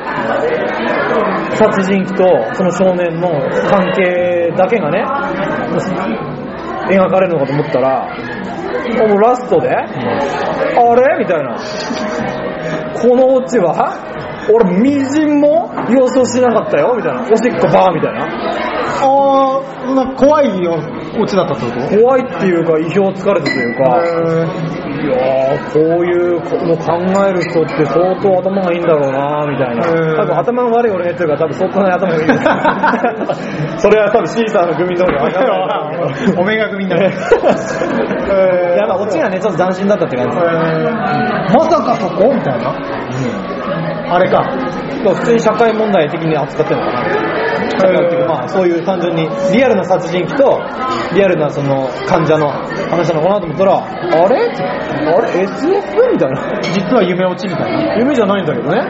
殺人鬼とその少年の関係だけがね描かれるのかと思ったら、もうラストで、あれみたいな。このオチは俺みじんも予想しなかったよみたいな。おしっこバーみたいな。 あー、なんか怖いよオチだったってこと？ 怖いっていうか意表をつかれたというか、いやーこういうの考える人って相当頭がいいんだろうなみたいな。多分頭が悪い俺が言ってるから多分相当な頭がいいんだそれは多分シーサーの組の方が分かんないオメガ組だねやっぱオチがねちょっと斬新だったって感じ。 まさかそこみたいな、うん、あれか普通に社会問題的に扱ってるのかな。社会っていうかまあそういう単純にリアルな殺人鬼とリアルなその患者の話なのかなと思ったら、あれあれ エスエフ みたいな。 実は夢落ちみたいな。 夢じゃないんだけどね。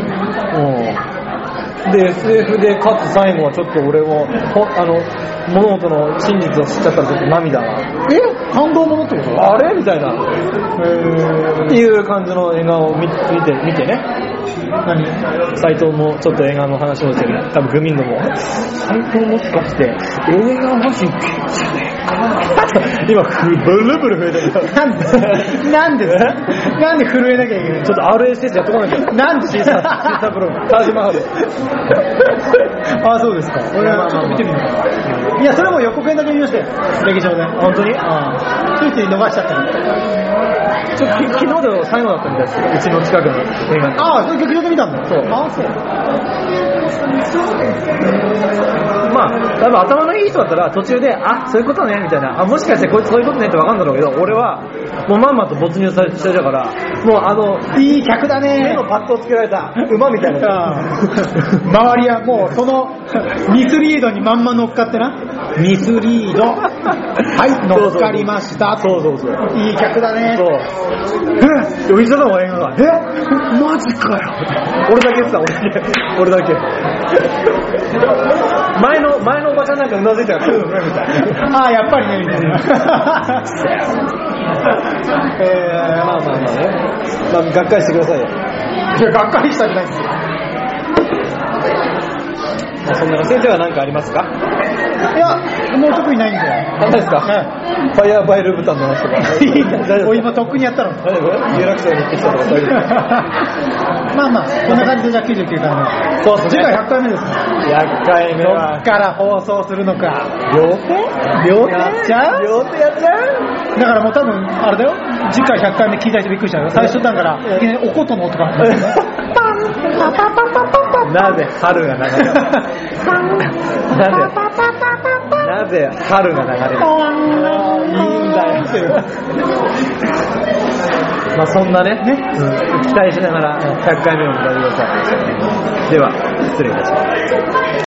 うん。で エスエフ でかつ最後はちょっと俺もあの物事の真実を知っちゃったらちょっと涙が。 え？感動ものってこと？ あれみたいな。へーっていう感じの映画を見て見てね。何？斉藤もちょっと映画の話をしてる。多分グミンドも斉藤もしかして映画マジンじゃねえか今ブルブル震えてる。 なんでなんでなんで震えなきゃいけない？ ちょっと アールエスエス やっとかなきゃ。 なんでシーサーシーサーブログタージマハルああそうですか。俺はちょっと見てみようかな。いやそれも予告編だけ見ましたよ劇場で。 本当に？ ああついつい逃しちゃったけど。 ちょっと昨日で最後だったみたいです。うちの近くの映画。 ああ、それ劇場で見たんだ。 そう。 ああ、そう。 まあ、多分頭のいい人だったら途中で、あ、そういうことねみたいな、あ、もしかしてこいつそういうことねって分かるんだろうけど、俺はもうまんまと没入されてたから、もうあのいい客だね。 目のパッドをつけられた馬みたいな。 周りはもうそのミスリードにまんま乗っかってな。ミスリード。はい乗っかりました。 そうそうそう。 いい客だね。 そう。え、お医者だもん映画が。え、マジかよ。俺だけさ、俺だけ、俺だけ。前の前のおばちゃんなんかうなずいたから来るのねみたいな。 ああやっぱりねみたいな。 えー、まあまあまあね。まあがっかりしてくださいよ。 いやがっかりしたくないですよ。 まあ、そんな先生は何かありますか？ いやもう特にないんで。 何ですか？はい、ファイヤーバイルブタンの話とか。 お今とっくにやったの。 大丈夫？有楽町に行ってきたとかそういう。 まあまあこんな感じでじゃあきゅうじゅうきゅうかいめ。 そうそう。 次回ひゃっかいめです。 ひゃっかいめは。 どっから放送するのか。 両手？両手？ やっちゃう？ 両手やっちゃう？ だからもう多分あれだよ。次回ひゃっかいめ聞いた人びっくりしたよ。最初だからいきなりおことの音が。 なぜ春が流れる？なぜなぜ春が流れる？いいんだよっていう。まあそんなね、ね、うん、期待しながらひゃっかいめを迎えてください。では失礼いたします。